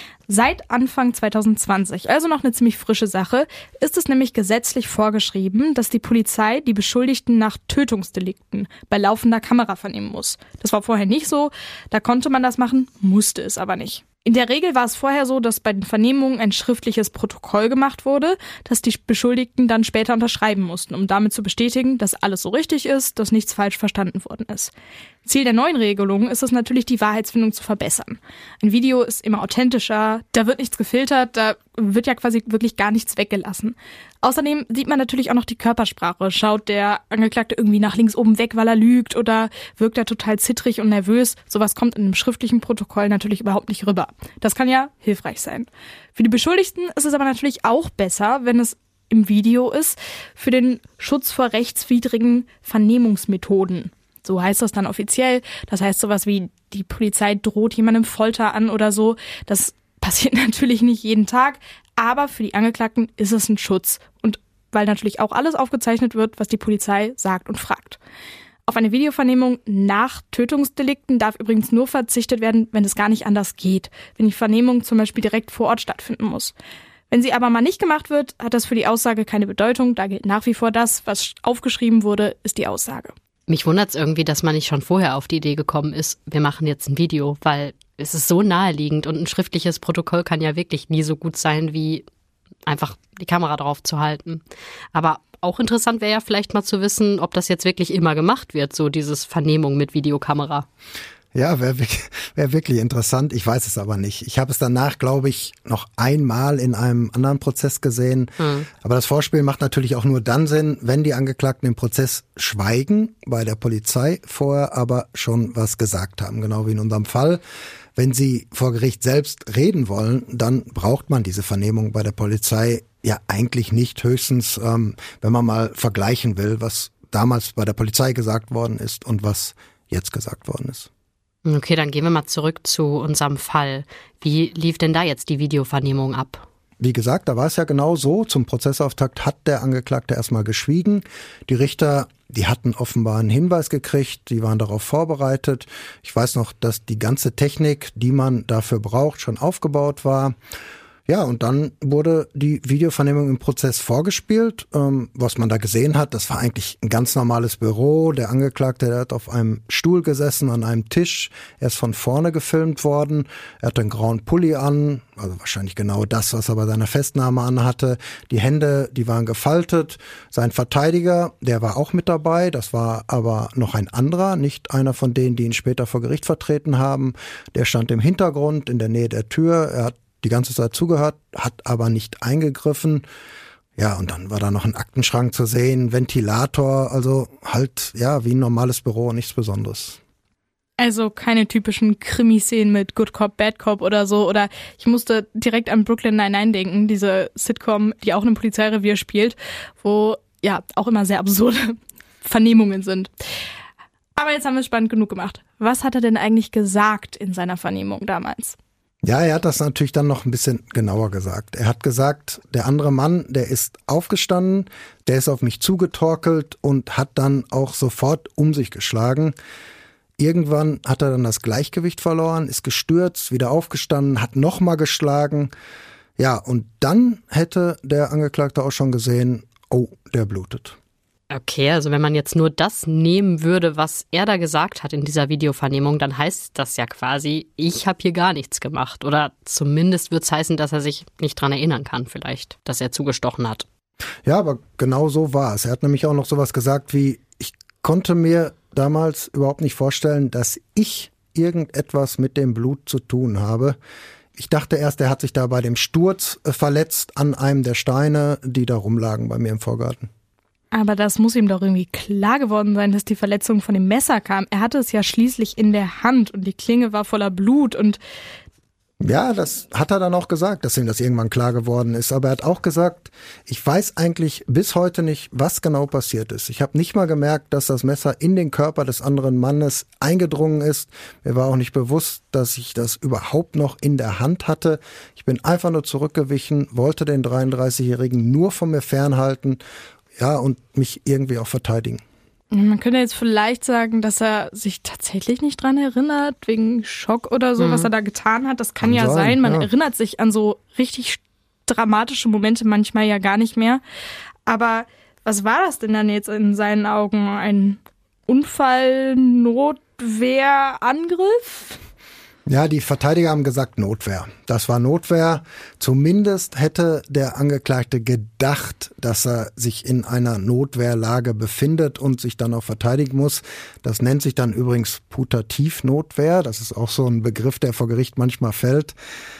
Seit Anfang zwanzig zwanzig, also noch eine ziemlich frische Sache, ist es nämlich gesetzlich vorgeschrieben, dass die Polizei die Beschuldigten nach Tötungsdelikten bei laufender Kamera vernehmen muss. Das war vorher nicht so, da konnte man das machen, musste es aber nicht. In der Regel war es vorher so, dass bei den Vernehmungen ein schriftliches Protokoll gemacht wurde, das die Beschuldigten dann später unterschreiben mussten, um damit zu bestätigen, dass alles so richtig ist, dass nichts falsch verstanden worden ist. Ziel der neuen Regelung ist es natürlich, die Wahrheitsfindung zu verbessern. Ein Video ist immer authentischer, da wird nichts gefiltert, da wird ja quasi wirklich gar nichts weggelassen. Außerdem sieht man natürlich auch noch die Körpersprache. Schaut der Angeklagte irgendwie nach links oben weg, weil er lügt, oder wirkt er total zittrig und nervös? Sowas kommt in einem schriftlichen Protokoll natürlich überhaupt nicht rüber. Das kann ja hilfreich sein. Für die Beschuldigten ist es aber natürlich auch besser, wenn es im Video ist, für den Schutz vor rechtswidrigen Vernehmungsmethoden. So heißt das dann offiziell. Das heißt sowas wie, die Polizei droht jemandem Folter an oder so. Das passiert natürlich nicht jeden Tag, aber für die Angeklagten ist es ein Schutz. Und weil natürlich auch alles aufgezeichnet wird, was die Polizei sagt und fragt. Auf eine Videovernehmung nach Tötungsdelikten darf übrigens nur verzichtet werden, wenn es gar nicht anders geht. Wenn die Vernehmung zum Beispiel direkt vor Ort stattfinden muss. Wenn sie aber mal nicht gemacht wird, hat das für die Aussage keine Bedeutung. Da gilt nach wie vor das, was aufgeschrieben wurde, ist die Aussage. Mich wundert es irgendwie, dass man nicht schon vorher auf die Idee gekommen ist, wir machen jetzt ein Video, weil es ist so naheliegend und ein schriftliches Protokoll kann ja wirklich nie so gut sein, wie einfach die Kamera drauf zu halten. Aber auch interessant wäre ja vielleicht mal zu wissen, ob das jetzt wirklich immer gemacht wird, so dieses Vernehmung mit Videokamera. Ja, wäre wär wirklich interessant. Ich weiß es aber nicht. Ich habe es danach, glaube ich, noch einmal in einem anderen Prozess gesehen. Hm. Aber das Vorspiel macht natürlich auch nur dann Sinn, wenn die Angeklagten im Prozess schweigen, bei der Polizei vorher aber schon was gesagt haben. Genau wie in unserem Fall. Wenn sie vor Gericht selbst reden wollen, dann braucht man diese Vernehmung bei der Polizei ja eigentlich nicht. Höchstens, ähm, wenn man mal vergleichen will, was damals bei der Polizei gesagt worden ist und was jetzt gesagt worden ist. Okay, dann gehen wir mal zurück zu unserem Fall. Wie lief denn da jetzt die Videovernehmung ab? Wie gesagt, da war es ja genau so. Zum Prozessauftakt hat der Angeklagte erstmal geschwiegen. Die Richter, die hatten offenbar einen Hinweis gekriegt, die waren darauf vorbereitet. Ich weiß noch, dass die ganze Technik, die man dafür braucht, schon aufgebaut war. Ja, und dann wurde die Videovernehmung im Prozess vorgespielt. Ähm, was man da gesehen hat, das war eigentlich ein ganz normales Büro. Der Angeklagte, der hat auf einem Stuhl gesessen, an einem Tisch. Er ist von vorne gefilmt worden. Er hatte einen grauen Pulli an, also wahrscheinlich genau das, was er bei seiner Festnahme anhatte. Die Hände, die waren gefaltet. Sein Verteidiger, der war auch mit dabei. Das war aber noch ein anderer, nicht einer von denen, die ihn später vor Gericht vertreten haben. Der stand im Hintergrund, in der Nähe der Tür. Er hat die ganze Zeit zugehört, hat aber nicht eingegriffen. Ja, und dann war da noch ein Aktenschrank zu sehen, Ventilator, also halt, ja, wie ein normales Büro, nichts Besonderes. Also keine typischen Krimiszenen mit Good Cop, Bad Cop oder so. Oder ich musste direkt an Brooklyn Nine-Nine denken, diese Sitcom, die auch in einem Polizeirevier spielt, wo ja auch immer sehr absurde Vernehmungen sind. Aber jetzt haben wir es spannend genug gemacht. Was hat er denn eigentlich gesagt in seiner Vernehmung damals? Ja, er hat das natürlich dann noch ein bisschen genauer gesagt. Er hat gesagt, der andere Mann, der ist aufgestanden, der ist auf mich zugetorkelt und hat dann auch sofort um sich geschlagen. Irgendwann hat er dann das Gleichgewicht verloren, ist gestürzt, wieder aufgestanden, hat nochmal geschlagen. Ja, und dann hätte der Angeklagte auch schon gesehen, oh, der blutet. Okay, also wenn man jetzt nur das nehmen würde, was er da gesagt hat in dieser Videovernehmung, dann heißt das ja quasi, ich habe hier gar nichts gemacht. Oder zumindest wird es heißen, dass er sich nicht dran erinnern kann vielleicht, dass er zugestochen hat. Ja, aber genau so war es. Er hat nämlich auch noch sowas gesagt wie, ich konnte mir damals überhaupt nicht vorstellen, dass ich irgendetwas mit dem Blut zu tun habe. Ich dachte erst, er hat sich da bei dem Sturz verletzt an einem der Steine, die da rumlagen bei mir im Vorgarten. Aber das muss ihm doch irgendwie klar geworden sein, dass die Verletzung von dem Messer kam. Er hatte es ja schließlich in der Hand und die Klinge war voller Blut und Ja, das hat er dann auch gesagt, dass ihm das irgendwann klar geworden ist. Aber er hat auch gesagt, ich weiß eigentlich bis heute nicht, was genau passiert ist. Ich habe nicht mal gemerkt, dass das Messer in den Körper des anderen Mannes eingedrungen ist. Mir war auch nicht bewusst, dass ich das überhaupt noch in der Hand hatte. Ich bin einfach nur zurückgewichen, wollte den dreiunddreißigjährigen nur von mir fernhalten, ja, und mich irgendwie auch verteidigen. Man könnte jetzt vielleicht sagen, dass er sich tatsächlich nicht dran erinnert, wegen Schock oder so, mhm. was er da getan hat. Das kann, kann ja sein. sein. Man ja. erinnert sich an so richtig dramatische Momente manchmal ja gar nicht mehr. Aber was war das denn dann jetzt in seinen Augen? Ein Unfall, Notwehr, Angriff? Ja, die Verteidiger haben gesagt Notwehr. Das war Notwehr. Zumindest hätte der Angeklagte gedacht, dass er sich in einer Notwehrlage befindet und sich dann auch verteidigen muss. Das nennt sich dann übrigens Putativnotwehr. Das ist auch so ein Begriff, der vor Gericht manchmal fällt.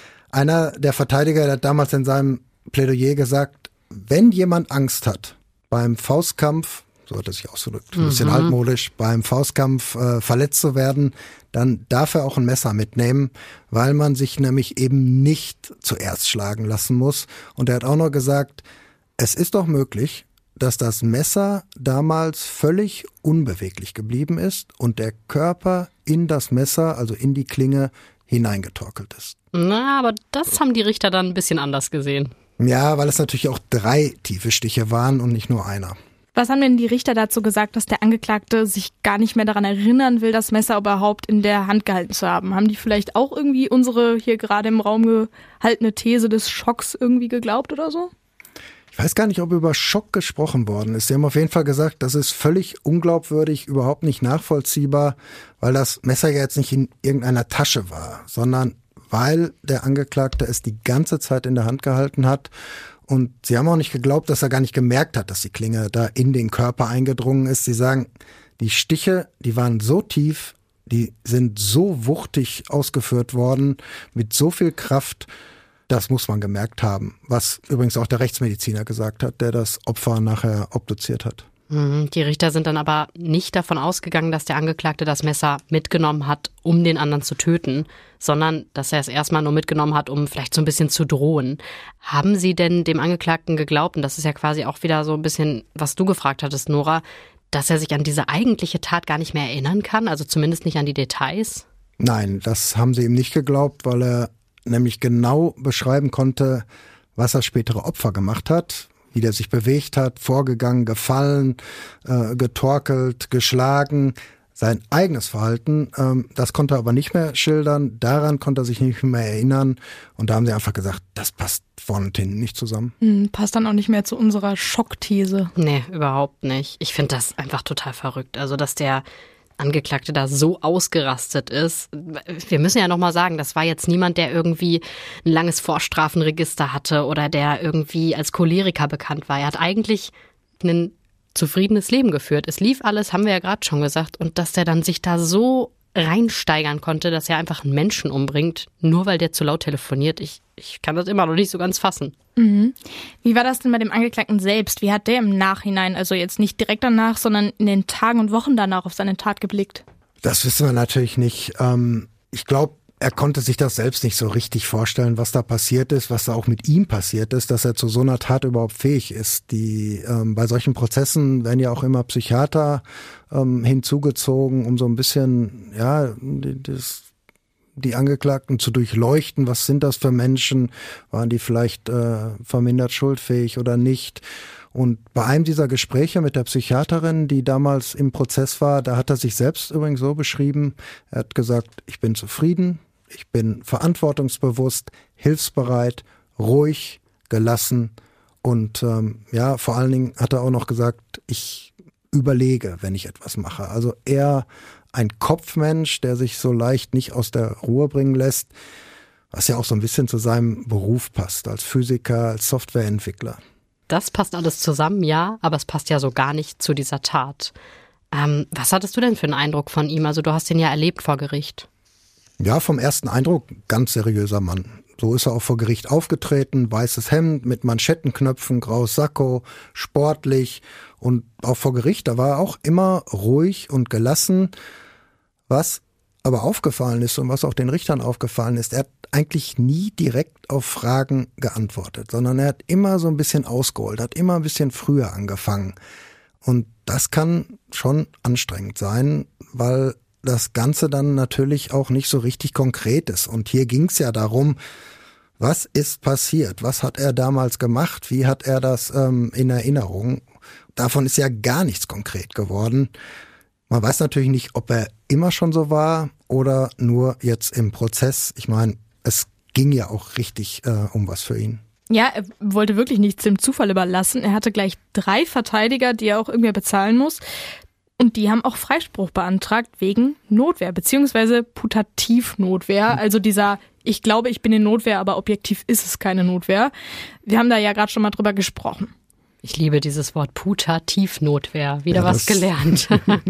Einer der Verteidiger der hat damals in seinem Plädoyer gesagt, wenn jemand Angst hat beim Faustkampf, so hat er sich ausgedrückt, ein bisschen mhm. altmodisch, beim Faustkampf äh, verletzt zu werden, dann darf er auch ein Messer mitnehmen, weil man sich nämlich eben nicht zuerst schlagen lassen muss. Und er hat auch noch gesagt, es ist doch möglich, dass das Messer damals völlig unbeweglich geblieben ist und der Körper in das Messer, also in die Klinge, hineingetorkelt ist. Na, aber das haben die Richter dann ein bisschen anders gesehen. Ja, weil es natürlich auch drei tiefe Stiche waren und nicht nur einer. Was haben denn die Richter dazu gesagt, dass der Angeklagte sich gar nicht mehr daran erinnern will, das Messer überhaupt in der Hand gehalten zu haben? Haben die vielleicht auch irgendwie unsere hier gerade im Raum gehaltene These des Schocks irgendwie geglaubt oder so? Ich weiß gar nicht, ob über Schock gesprochen worden ist. Sie haben auf jeden Fall gesagt, das ist völlig unglaubwürdig, überhaupt nicht nachvollziehbar, weil das Messer ja jetzt nicht in irgendeiner Tasche war, sondern weil der Angeklagte es die ganze Zeit in der Hand gehalten hat. Und sie haben auch nicht geglaubt, dass er gar nicht gemerkt hat, dass die Klinge da in den Körper eingedrungen ist. Sie sagen, die Stiche, die waren so tief, die sind so wuchtig ausgeführt worden, mit so viel Kraft, das muss man gemerkt haben. Was übrigens auch der Rechtsmediziner gesagt hat, der das Opfer nachher obduziert hat. Die Richter sind dann aber nicht davon ausgegangen, dass der Angeklagte das Messer mitgenommen hat, um den anderen zu töten, sondern dass er es erstmal nur mitgenommen hat, um vielleicht so ein bisschen zu drohen. Haben Sie denn dem Angeklagten geglaubt, und das ist ja quasi auch wieder so ein bisschen, was du gefragt hattest, Nora, dass er sich an diese eigentliche Tat gar nicht mehr erinnern kann, also zumindest nicht an die Details? Nein, das haben sie ihm nicht geglaubt, weil er nämlich genau beschreiben konnte, was das spätere Opfer gemacht hat. Wie der sich bewegt hat, vorgegangen, gefallen, äh, getorkelt, geschlagen. Sein eigenes Verhalten, ähm, das konnte er aber nicht mehr schildern. Daran konnte er sich nicht mehr erinnern. Und da haben sie einfach gesagt, das passt vorne und hinten nicht zusammen. Hm, passt dann auch nicht mehr zu unserer Schockthese. Nee, überhaupt nicht. Ich finde das einfach total verrückt. Also, dass der Angeklagte da so ausgerastet ist. Wir müssen ja nochmal sagen, das war jetzt niemand, der irgendwie ein langes Vorstrafenregister hatte oder der irgendwie als Choleriker bekannt war. Er hat eigentlich ein zufriedenes Leben geführt. Es lief alles, haben wir ja gerade schon gesagt. Und dass der dann sich da so reinsteigern konnte, dass er einfach einen Menschen umbringt, nur weil der zu laut telefoniert. Ich, ich kann das immer noch nicht so ganz fassen. Mhm. Wie war das denn bei dem Angeklagten selbst? Wie hat der im Nachhinein, also jetzt nicht direkt danach, sondern in den Tagen und Wochen danach auf seine Tat geblickt? Das wissen wir natürlich nicht. Ich glaube, er konnte sich das selbst nicht so richtig vorstellen, was da passiert ist, was da auch mit ihm passiert ist, dass er zu so einer Tat überhaupt fähig ist. Die ähm, bei solchen Prozessen werden ja auch immer Psychiater ähm, hinzugezogen, um so ein bisschen ja die, das, die Angeklagten zu durchleuchten. Was sind das für Menschen? Waren die vielleicht äh, vermindert schuldfähig oder nicht? Und bei einem dieser Gespräche mit der Psychiaterin, die damals im Prozess war, da hat er sich selbst übrigens so beschrieben. Er hat gesagt, ich bin zufrieden. Ich bin verantwortungsbewusst, hilfsbereit, ruhig, gelassen und ähm, ja, vor allen Dingen hat er auch noch gesagt, ich überlege, wenn ich etwas mache. Also eher ein Kopfmensch, der sich so leicht nicht aus der Ruhe bringen lässt, was ja auch so ein bisschen zu seinem Beruf passt, als Physiker, als Softwareentwickler. Das passt alles zusammen, ja, aber es passt ja so gar nicht zu dieser Tat. Ähm, was hattest du denn für einen Eindruck von ihm? Also du hast ihn ja erlebt vor Gericht. Ja, vom ersten Eindruck, ganz seriöser Mann. So ist er auch vor Gericht aufgetreten, weißes Hemd mit Manschettenknöpfen, graues Sakko, sportlich und auch vor Gericht, da war er auch immer ruhig und gelassen, was aber aufgefallen ist und was auch den Richtern aufgefallen ist, er hat eigentlich nie direkt auf Fragen geantwortet, sondern er hat immer so ein bisschen ausgeholt, hat immer ein bisschen früher angefangen. Und das kann schon anstrengend sein, weil das Ganze dann natürlich auch nicht so richtig konkret ist. Und hier ging es ja darum, was ist passiert? Was hat er damals gemacht? Wie hat er das ähm, in Erinnerung? Davon ist ja gar nichts konkret geworden. Man weiß natürlich nicht, ob er immer schon so war oder nur jetzt im Prozess. Ich meine, es ging ja auch richtig äh, um was für ihn. Ja, er wollte wirklich nichts dem Zufall überlassen. Er hatte gleich drei Verteidiger, die er auch irgendwer bezahlen muss. Und die haben auch Freispruch beantragt wegen Notwehr, beziehungsweise Putativnotwehr. Also dieser, ich glaube, ich bin in Notwehr, aber objektiv ist es keine Notwehr. Wir haben da ja gerade schon mal drüber gesprochen. Ich liebe dieses Wort Putativnotwehr. Wieder Ja, was gelernt.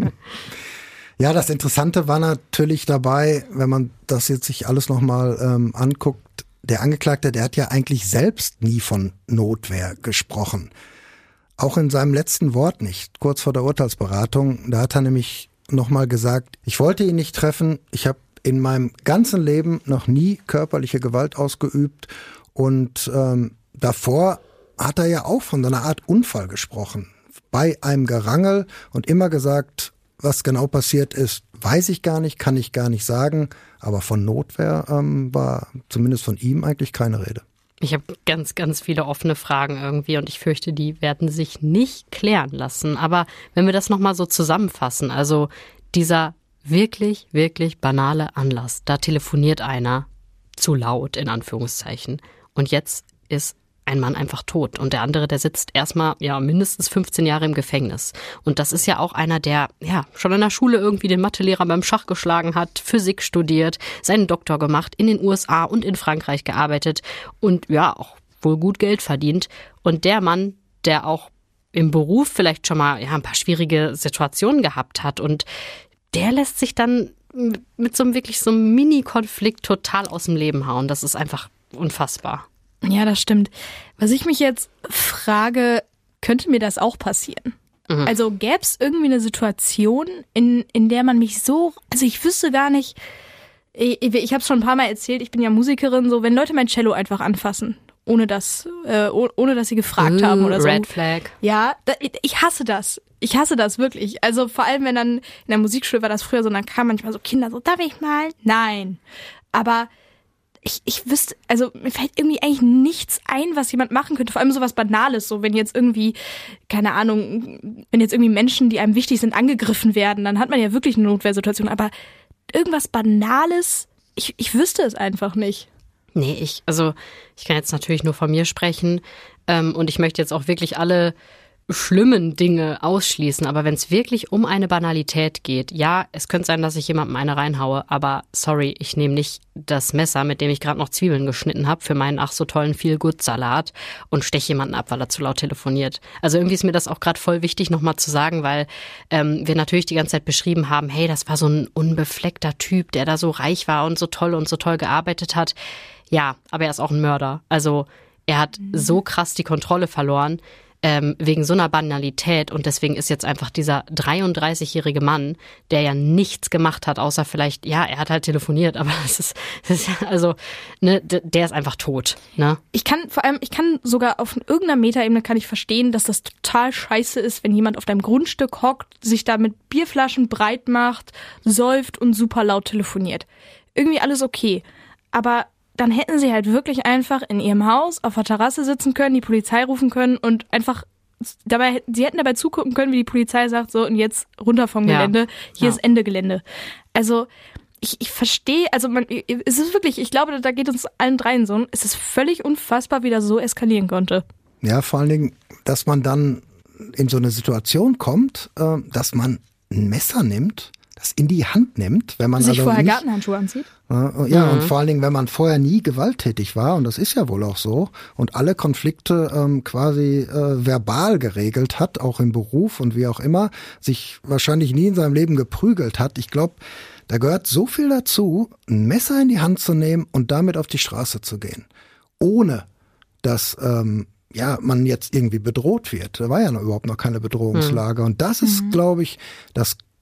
Ja, das Interessante war natürlich dabei, wenn man das jetzt sich alles nochmal ähm, anguckt, der Angeklagte, der hat ja eigentlich selbst nie von Notwehr gesprochen. Auch in seinem letzten Wort nicht, kurz vor der Urteilsberatung. Da hat er nämlich nochmal gesagt, ich wollte ihn nicht treffen, ich habe in meinem ganzen Leben noch nie körperliche Gewalt ausgeübt und ähm, davor hat er ja auch von so einer Art Unfall gesprochen. Bei einem Gerangel und immer gesagt, was genau passiert ist, weiß ich gar nicht, kann ich gar nicht sagen. Aber von Notwehr ähm, war zumindest von ihm eigentlich keine Rede. Ich habe ganz, ganz viele offene Fragen irgendwie und ich fürchte, die werden sich nicht klären lassen. Aber wenn wir das nochmal so zusammenfassen, also dieser wirklich, wirklich banale Anlass, da telefoniert einer zu laut, in Anführungszeichen. Und jetzt ist ein Mann einfach tot und der andere, der sitzt erstmal ja mindestens fünfzehn Jahre im Gefängnis. Und das ist ja auch einer, der ja schon in der Schule irgendwie den Mathelehrer beim Schach geschlagen hat, Physik studiert, seinen Doktor gemacht, in den U S A und in Frankreich gearbeitet und ja auch wohl gut Geld verdient. Und der Mann, der auch im Beruf vielleicht schon mal ja ein paar schwierige Situationen gehabt hat und der lässt sich dann mit so einem wirklich so einem Mini-Konflikt total aus dem Leben hauen. Das ist einfach unfassbar. Ja, das stimmt. Was ich mich jetzt frage, könnte mir das auch passieren? Mhm. Also gäbe es irgendwie eine Situation, in, in der man mich so, also ich wüsste gar nicht, ich, ich habe es schon ein paar Mal erzählt, ich bin ja Musikerin, so wenn Leute mein Cello einfach anfassen, ohne dass, äh, ohne dass sie gefragt uh, haben oder so. Red Flag. Ja, da, ich hasse das. Ich hasse das wirklich. Also vor allem, wenn dann in der Musikschule war das früher so, dann kamen manchmal so Kinder so, darf ich mal? Nein. Aber Ich, ich wüsste, also mir fällt irgendwie eigentlich nichts ein, was jemand machen könnte. Vor allem sowas Banales, so wenn jetzt irgendwie, keine Ahnung, wenn jetzt irgendwie Menschen, die einem wichtig sind, angegriffen werden, dann hat man ja wirklich eine Notwehrsituation. Aber irgendwas Banales, ich, ich wüsste es einfach nicht. Nee, ich, also ich kann jetzt natürlich nur von mir sprechen ähm, und ich möchte jetzt auch wirklich alle schlimmen Dinge ausschließen, aber wenn es wirklich um eine Banalität geht, ja, es könnte sein, dass ich jemandem eine reinhaue, aber sorry, ich nehme nicht das Messer, mit dem ich gerade noch Zwiebeln geschnitten habe für meinen ach so tollen Feel-Good-Salat und steche jemanden ab, weil er zu laut telefoniert. Also irgendwie ist mir das auch gerade voll wichtig nochmal zu sagen, weil ähm, wir natürlich die ganze Zeit beschrieben haben, hey, das war so ein unbefleckter Typ, der da so reich war und so toll und so toll gearbeitet hat. Ja, aber er ist auch ein Mörder. Also er hat mhm. so krass die Kontrolle verloren, Ähm, wegen so einer Banalität und deswegen ist jetzt einfach dieser dreiunddreißigjährige Mann, der ja nichts gemacht hat, außer vielleicht, ja, er hat halt telefoniert, aber das ist, das ist also, ne, der ist einfach tot, ne? Ich kann vor allem, ich kann sogar auf irgendeiner Metaebene kann ich verstehen, dass das total scheiße ist, wenn jemand auf deinem Grundstück hockt, sich da mit Bierflaschen breit macht, säuft und super laut telefoniert. Irgendwie alles okay, aber dann hätten sie halt wirklich einfach in ihrem Haus auf der Terrasse sitzen können, die Polizei rufen können und einfach dabei, sie hätten dabei zugucken können, wie die Polizei sagt, so und jetzt runter vom Gelände, ja. hier ja. ist Ende Gelände. Also ich, ich verstehe, also man, es ist wirklich, ich glaube, da geht uns allen dreien so, es ist völlig unfassbar, wie das so eskalieren konnte. Ja, vor allen Dingen, dass man dann in so eine Situation kommt, dass man ein Messer nimmt, das in die Hand nimmt, wenn man sich also vorher nicht, Gartenhandschuhe anzieht. Ja, ja mhm. und vor allen Dingen, wenn man vorher nie gewalttätig war, und das ist ja wohl auch so, und alle Konflikte ähm, quasi äh, verbal geregelt hat, auch im Beruf und wie auch immer, sich wahrscheinlich nie in seinem Leben geprügelt hat. Ich glaube, da gehört so viel dazu, ein Messer in die Hand zu nehmen und damit auf die Straße zu gehen, ohne dass ähm, ja man jetzt irgendwie bedroht wird. Da war ja noch überhaupt noch keine Bedrohungslage. Mhm. Und das ist, mhm. glaube ich, das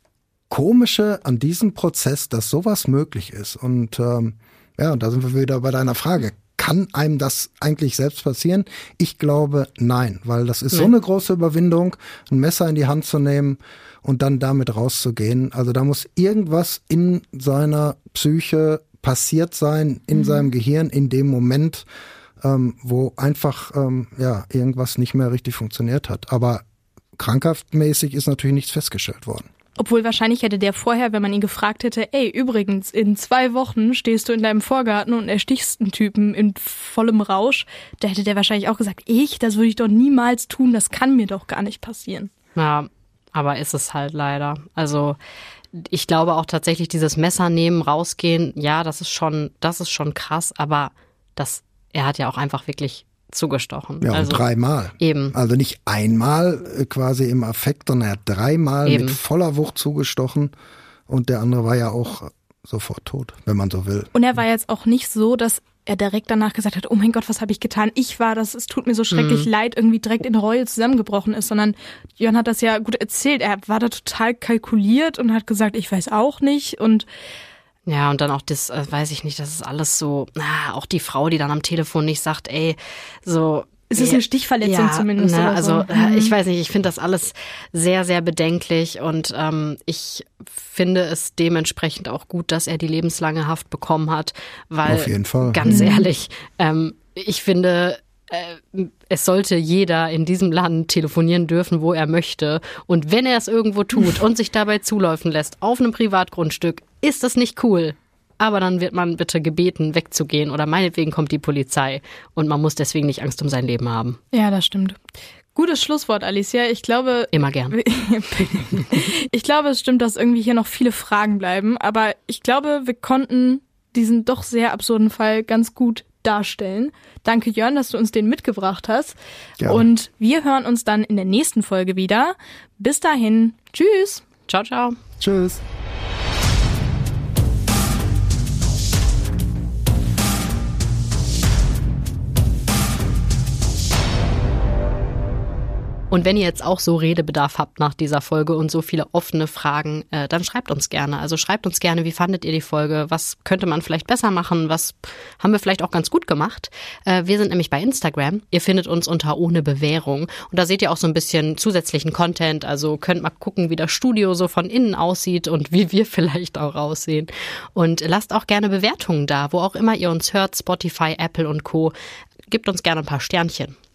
Komische an diesem Prozess, dass sowas möglich ist. Und ähm, ja, da sind wir wieder bei deiner Frage. Kann einem das eigentlich selbst passieren? Ich glaube, nein, weil das ist so eine große Überwindung, ein Messer in die Hand zu nehmen und dann damit rauszugehen. Also da muss irgendwas in seiner Psyche passiert sein, in mhm. seinem Gehirn, in dem Moment, ähm, wo einfach ähm, ja irgendwas nicht mehr richtig funktioniert hat. Aber krankhaftmäßig ist natürlich nichts festgestellt worden. Obwohl wahrscheinlich hätte der vorher, wenn man ihn gefragt hätte, ey, übrigens, in zwei Wochen stehst du in deinem Vorgarten und erstichst einen Typen in vollem Rausch, da hätte der wahrscheinlich auch gesagt, ich, das würde ich doch niemals tun, das kann mir doch gar nicht passieren. Ja, aber ist es halt leider. Also ich glaube auch tatsächlich, dieses Messer nehmen, rausgehen, ja, das ist schon, das ist schon krass, aber das, er hat ja auch einfach wirklich zugestochen. Ja, also, und dreimal. Eben. Also nicht einmal quasi im Affekt, sondern er hat dreimal eben. mit voller Wucht zugestochen und der andere war ja auch sofort tot, wenn man so will. Und er war jetzt auch nicht so, dass er direkt danach gesagt hat, oh mein Gott, was habe ich getan? Ich war das, es tut mir so schrecklich mhm. leid, irgendwie direkt in Reue zusammengebrochen ist, sondern Jörn hat das ja gut erzählt. Er war da total kalkuliert und hat gesagt, ich weiß auch nicht und ja, und dann auch das, äh, weiß ich nicht, das ist alles so, ah, auch die Frau, die dann am Telefon nicht sagt, ey, so. Es ist eine Stichverletzung ja, zumindest. Ne, oder so. Also äh, ich weiß nicht, ich finde das alles sehr, sehr bedenklich und ähm, ich finde es dementsprechend auch gut, dass er die lebenslange Haft bekommen hat, weil, auf jeden Fall. Ganz mhm. ehrlich, ähm, ich finde, äh, es sollte jeder in diesem Land telefonieren dürfen, wo er möchte und wenn er es irgendwo tut und sich dabei zuläufen lässt, auf einem Privatgrundstück, ist das nicht cool. Aber dann wird man bitte gebeten, wegzugehen oder meinetwegen kommt die Polizei und man muss deswegen nicht Angst um sein Leben haben. Ja, das stimmt. Gutes Schlusswort, Alicia. Ich glaube... Immer gern. Ich glaube, es stimmt, dass irgendwie hier noch viele Fragen bleiben, aber ich glaube, wir konnten diesen doch sehr absurden Fall ganz gut darstellen. Danke, Jörn, dass du uns den mitgebracht hast. Ja. Und wir hören uns dann in der nächsten Folge wieder. Bis dahin, tschüss. Ciao, ciao. Tschüss. Und wenn ihr jetzt auch so Redebedarf habt nach dieser Folge und so viele offene Fragen, äh, dann schreibt uns gerne. Also schreibt uns gerne, wie fandet ihr die Folge? Was könnte man vielleicht besser machen? Was haben wir vielleicht auch ganz gut gemacht? Äh, wir sind nämlich bei Instagram. Ihr findet uns unter ohne Bewährung. Und da seht ihr auch so ein bisschen zusätzlichen Content. Also könnt mal gucken, wie das Studio so von innen aussieht und wie wir vielleicht auch aussehen. Und lasst auch gerne Bewertungen da, wo auch immer ihr uns hört, Spotify, Apple und Co. Gebt uns gerne ein paar Sternchen.